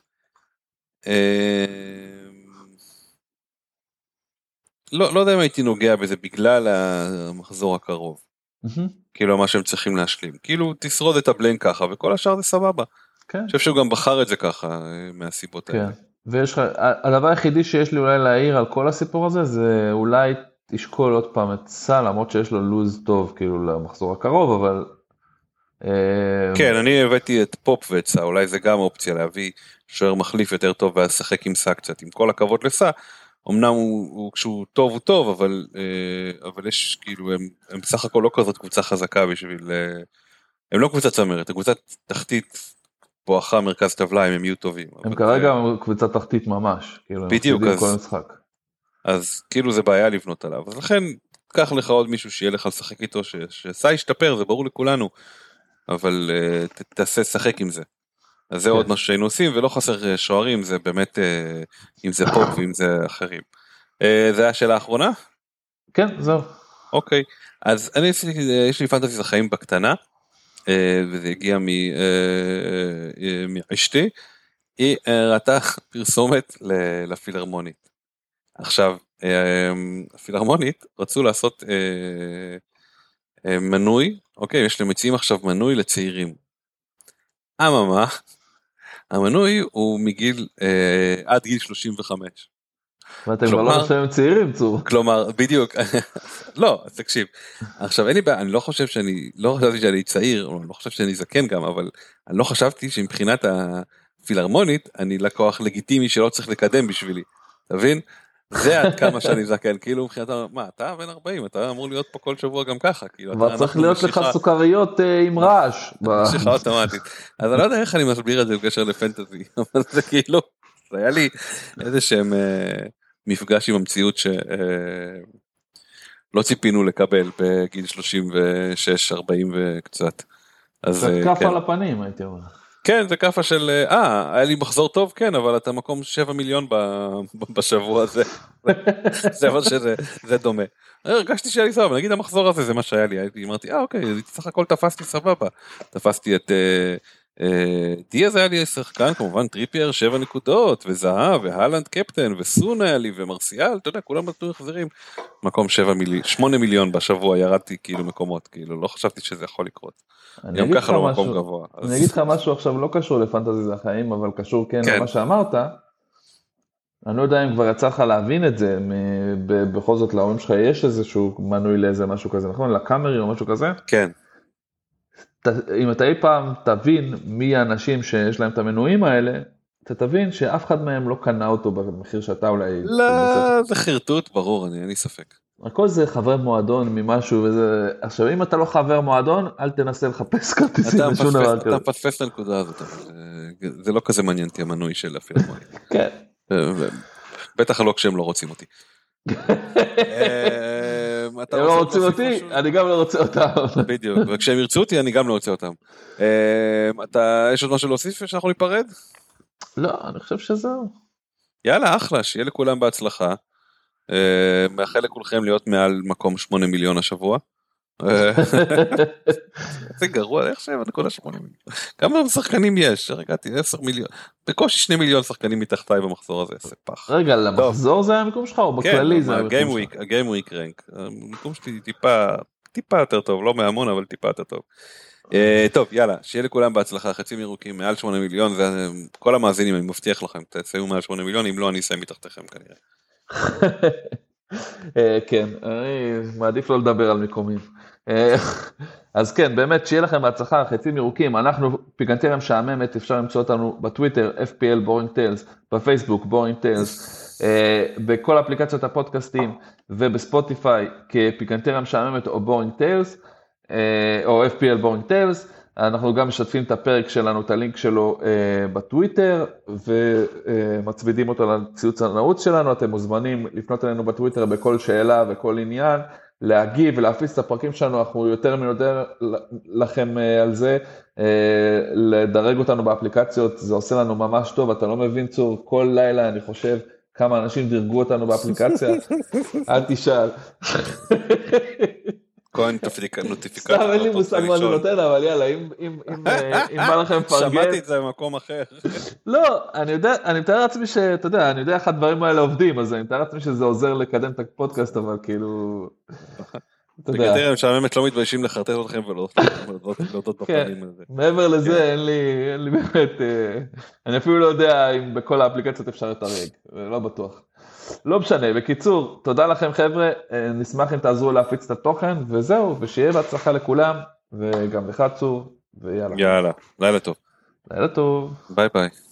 לא יודע אם הייתי נוגע בזה בגלל המחזור הקרוב. כאילו מה שהם צריכים להשלים. כאילו תשרוד את הבלנק ככה, וכל השאר זה סבבה. אני חושב שהוא גם בחר את זה ככה, מהסיבות האלה. ויש לך, הדבר היחידי שיש לי אולי להעיר על כל הסיפור הזה, זה אולי תשקול עוד פעם את סל, למרות שיש לו לוז טוב כאילו למחזור הקרוב, אבל... כן, אני הבאתי את פופ ואת סע, אולי זה גם אופציה להביא שוער מחליף יותר טוב, ואז שחק עם סע קצת, עם כל הכבוד לסע, אמנם כשהוא טוב הוא טוב, אבל יש כאילו, הם בסך הכל לא כזאת קבוצה חזקה בשביל, הם לא קבוצה צמרת, הם קבוצת תחתית בואכה מרכז טבלה, אם הם יהיו טובים. הם כרגע קבוצה תחתית ממש, כאילו, בדיוק, הם כל המשחק. אז כאילו זה בעיה לבנות עליו, אז לכן, קח לך עוד מישהו שיהיה לך לשחק איתו, שסי ישתפר, זה ברור לכולנו, אבל תעשה שחק עם זה. אז זה עוד משהו שהיינו עושים, ולא חסר שוערים, זה באמת, אם זה פופ ואם זה אחרים. זה היה שאלה האחרונה? כן, זהו. אוקיי, אז יש לי פנטזי החיים בקטנה, וזה הגיע מאשתי, היא ראתה פרסומת לפילהרמונית. עכשיו, הפילהרמונית רצו לעשות מנוי, אוקיי, יש להם מציעים עכשיו מנוי לצעירים. אממה, המנוי הוא מגיל, עד גיל 35. ואתם כבר לא נחשבים צעירים, צור. כלומר, בדיוק, לא, אז תקשיב. עכשיו, אין לי בעיה, אני לא חושב לא חשבתי שאני צעיר, או אני לא חושב שאני זקן גם, אבל אני לא חשבתי שמבחינת הפילהרמונית, אני לקוח לגיטימי שלא צריך לקדם בשבילי. תבין? זה עד כמה שאני זקן, כאילו מבחינת, מה, אתה בן 40, אתה אמור להיות פה כל שבוע גם ככה, כאילו. וצריך להיות לך סוכריות עם רעש. משיכה אוטומטית. אז אני לא יודע איך אני מסביר את זה בקשר לפנטזי, אבל זה כאילו, זה היה לי איזה שהם מפגש עם המציאות שלא ציפינו לקבל בגיל 36, 40 וקצת. זה כף על הפנים, הייתי אומר. כן, זה כפה של, היה לי מחזור טוב, כן, אבל אתה מקום 7 מיליון בשבוע הזה. זה מה שזה דומה. הרגשתי שהיה לי סבבה, נגיד המחזור הזה זה מה שהיה לי, אמרתי, אוקיי, סך הכל תפסתי סבבה. תפסתי את דיאז היה לי שחקן, כמובן טריפייר 7 נקודות, וזהב, והלנד קפטן, וסון היה לי, ומרסיאל, אתה יודע, כולם נתנו החזרים. מקום 8 מיליון בשבוע ירדתי כאילו מקומות, כאילו לא חשבתי שזה יכול לקרות. גם ככה לא מקום גבוה. אני אגיד לך משהו עכשיו לא קשור לפנטזי זה החיים, אבל קשור כן למה שאמרת. אני לא יודע אם כבר יצא לך להבין את זה, בכל זאת להורים שלך יש איזשהו מנוי לאיזה משהו כזה, נכון? לקאמרי או משהו כזה? כן. אם אתה אי פעם תבין מי האנשים שיש להם את המנויים האלה, אתה תבין שאף אחד מהם לא קנה אותו במחיר שאתה אולי... לא, זה חרטוט, ברור, אין לי ספק. הכל זה חברי מועדון ממשהו, וזה... עכשיו, אם אתה לא חבר מועדון, אל תנסה לחפש כרטיסים בשום דבר כזה. אתה מפספס את הנקודה הזאת, אבל זה לא כזה מעניין אותי המנוי של הפילהרמונית. כן. בטח לא כשהם לא רוצים אותי. הם לא רוצים אותי, אני גם לא רוצה אותם. בדיוק, וכשהם ירצו אותי, אני גם לא רוצה אותם. יש עוד משהו להוסיף שאנחנו ניפרד? לא, אני חושב שזהו. יאללה, אחלה, שיהיה לכולם בהצלחה. מאחל לכולכם להיות מעל מקום 8 מיליון השבוע. זה גרוע, איך 7.8 מיליון? כמה שחקנים יש? הרגעתי 10 מיליון. בקושי 2 מיליון שחקנים מתחתיי במחזור הזה, זה פח. רגע, למחזור זה המקום שלך או בכללי זה המקום שלך? הגיים וויק רנק. המקום שלי טיפה יותר טוב, לא מהמון אבל טיפה יותר טוב. טוב, יאללה, שיהיה לכולם בהצלחה, חצים ירוקים, מעל 8 מיליון, כל המאזינים, אני מבטיח לכם, תסיימו מעל 8 מיליון, אם לא, אני אסיים מתחתיכם כנראה. כן, אני מעדיף לא לדבר על מקומים. אז כן, באמת, שיהיה לכם בהצלחה, חצים ירוקים, אנחנו פיקנטריה משעממת, אפשר למצוא אותנו בטוויטר, FPL Boring Tales, בפייסבוק, Boring Tales, בכל אפליקציות הפודקאסטים, ובספוטיפיי, כפיקנטריה משעממת או Boring Tales, או FPL Boring Tales, אנחנו גם משתפים את הפרק שלנו, את הלינק שלו בטוויטר, ומצמידים אותו לציוץ הנעוץ שלנו, אתם מוזמנים לפנות אלינו בטוויטר בכל שאלה וכל עניין, להגיב ולהפיץ את הפרקים שלנו, אנחנו יותר מיותר לכם על זה, לדרג אותנו באפליקציות, זה עושה לנו ממש טוב, אתה לא מבין צור, כל לילה אני חושב כמה אנשים דרגו אותנו באפליקציה, אל תשאל. כהן נוטיפיקציה. סתם אין לי מושג מה זה נותן, אבל יאללה, אם בא לכם פרגן. שמעתי את זה במקום אחר. לא, אני מתאר לעצמי שאתה יודע, אני יודע איך הדברים האלה עובדים, אז אני מתאר לעצמי שזה עוזר לקדם את הפודקאסט, אבל כאילו... בגלל המשעממת לא מתביישים לחרטט אתכם ולהודות בפנים הזה. מעבר לזה, אין לי באמת... אני אפילו לא יודע אם בכל האפליקציות אפשר לתרג, לא בטוח. לא משנה, בקיצור, תודה לכם חבר'ה, נשמח אם תעזרו להפיץ את התוכן, וזהו, ושיהיה בהצלחה לכולם, וגם לך צור, ויאללה. יאללה, לילה טוב. לילה טוב. ביי ביי.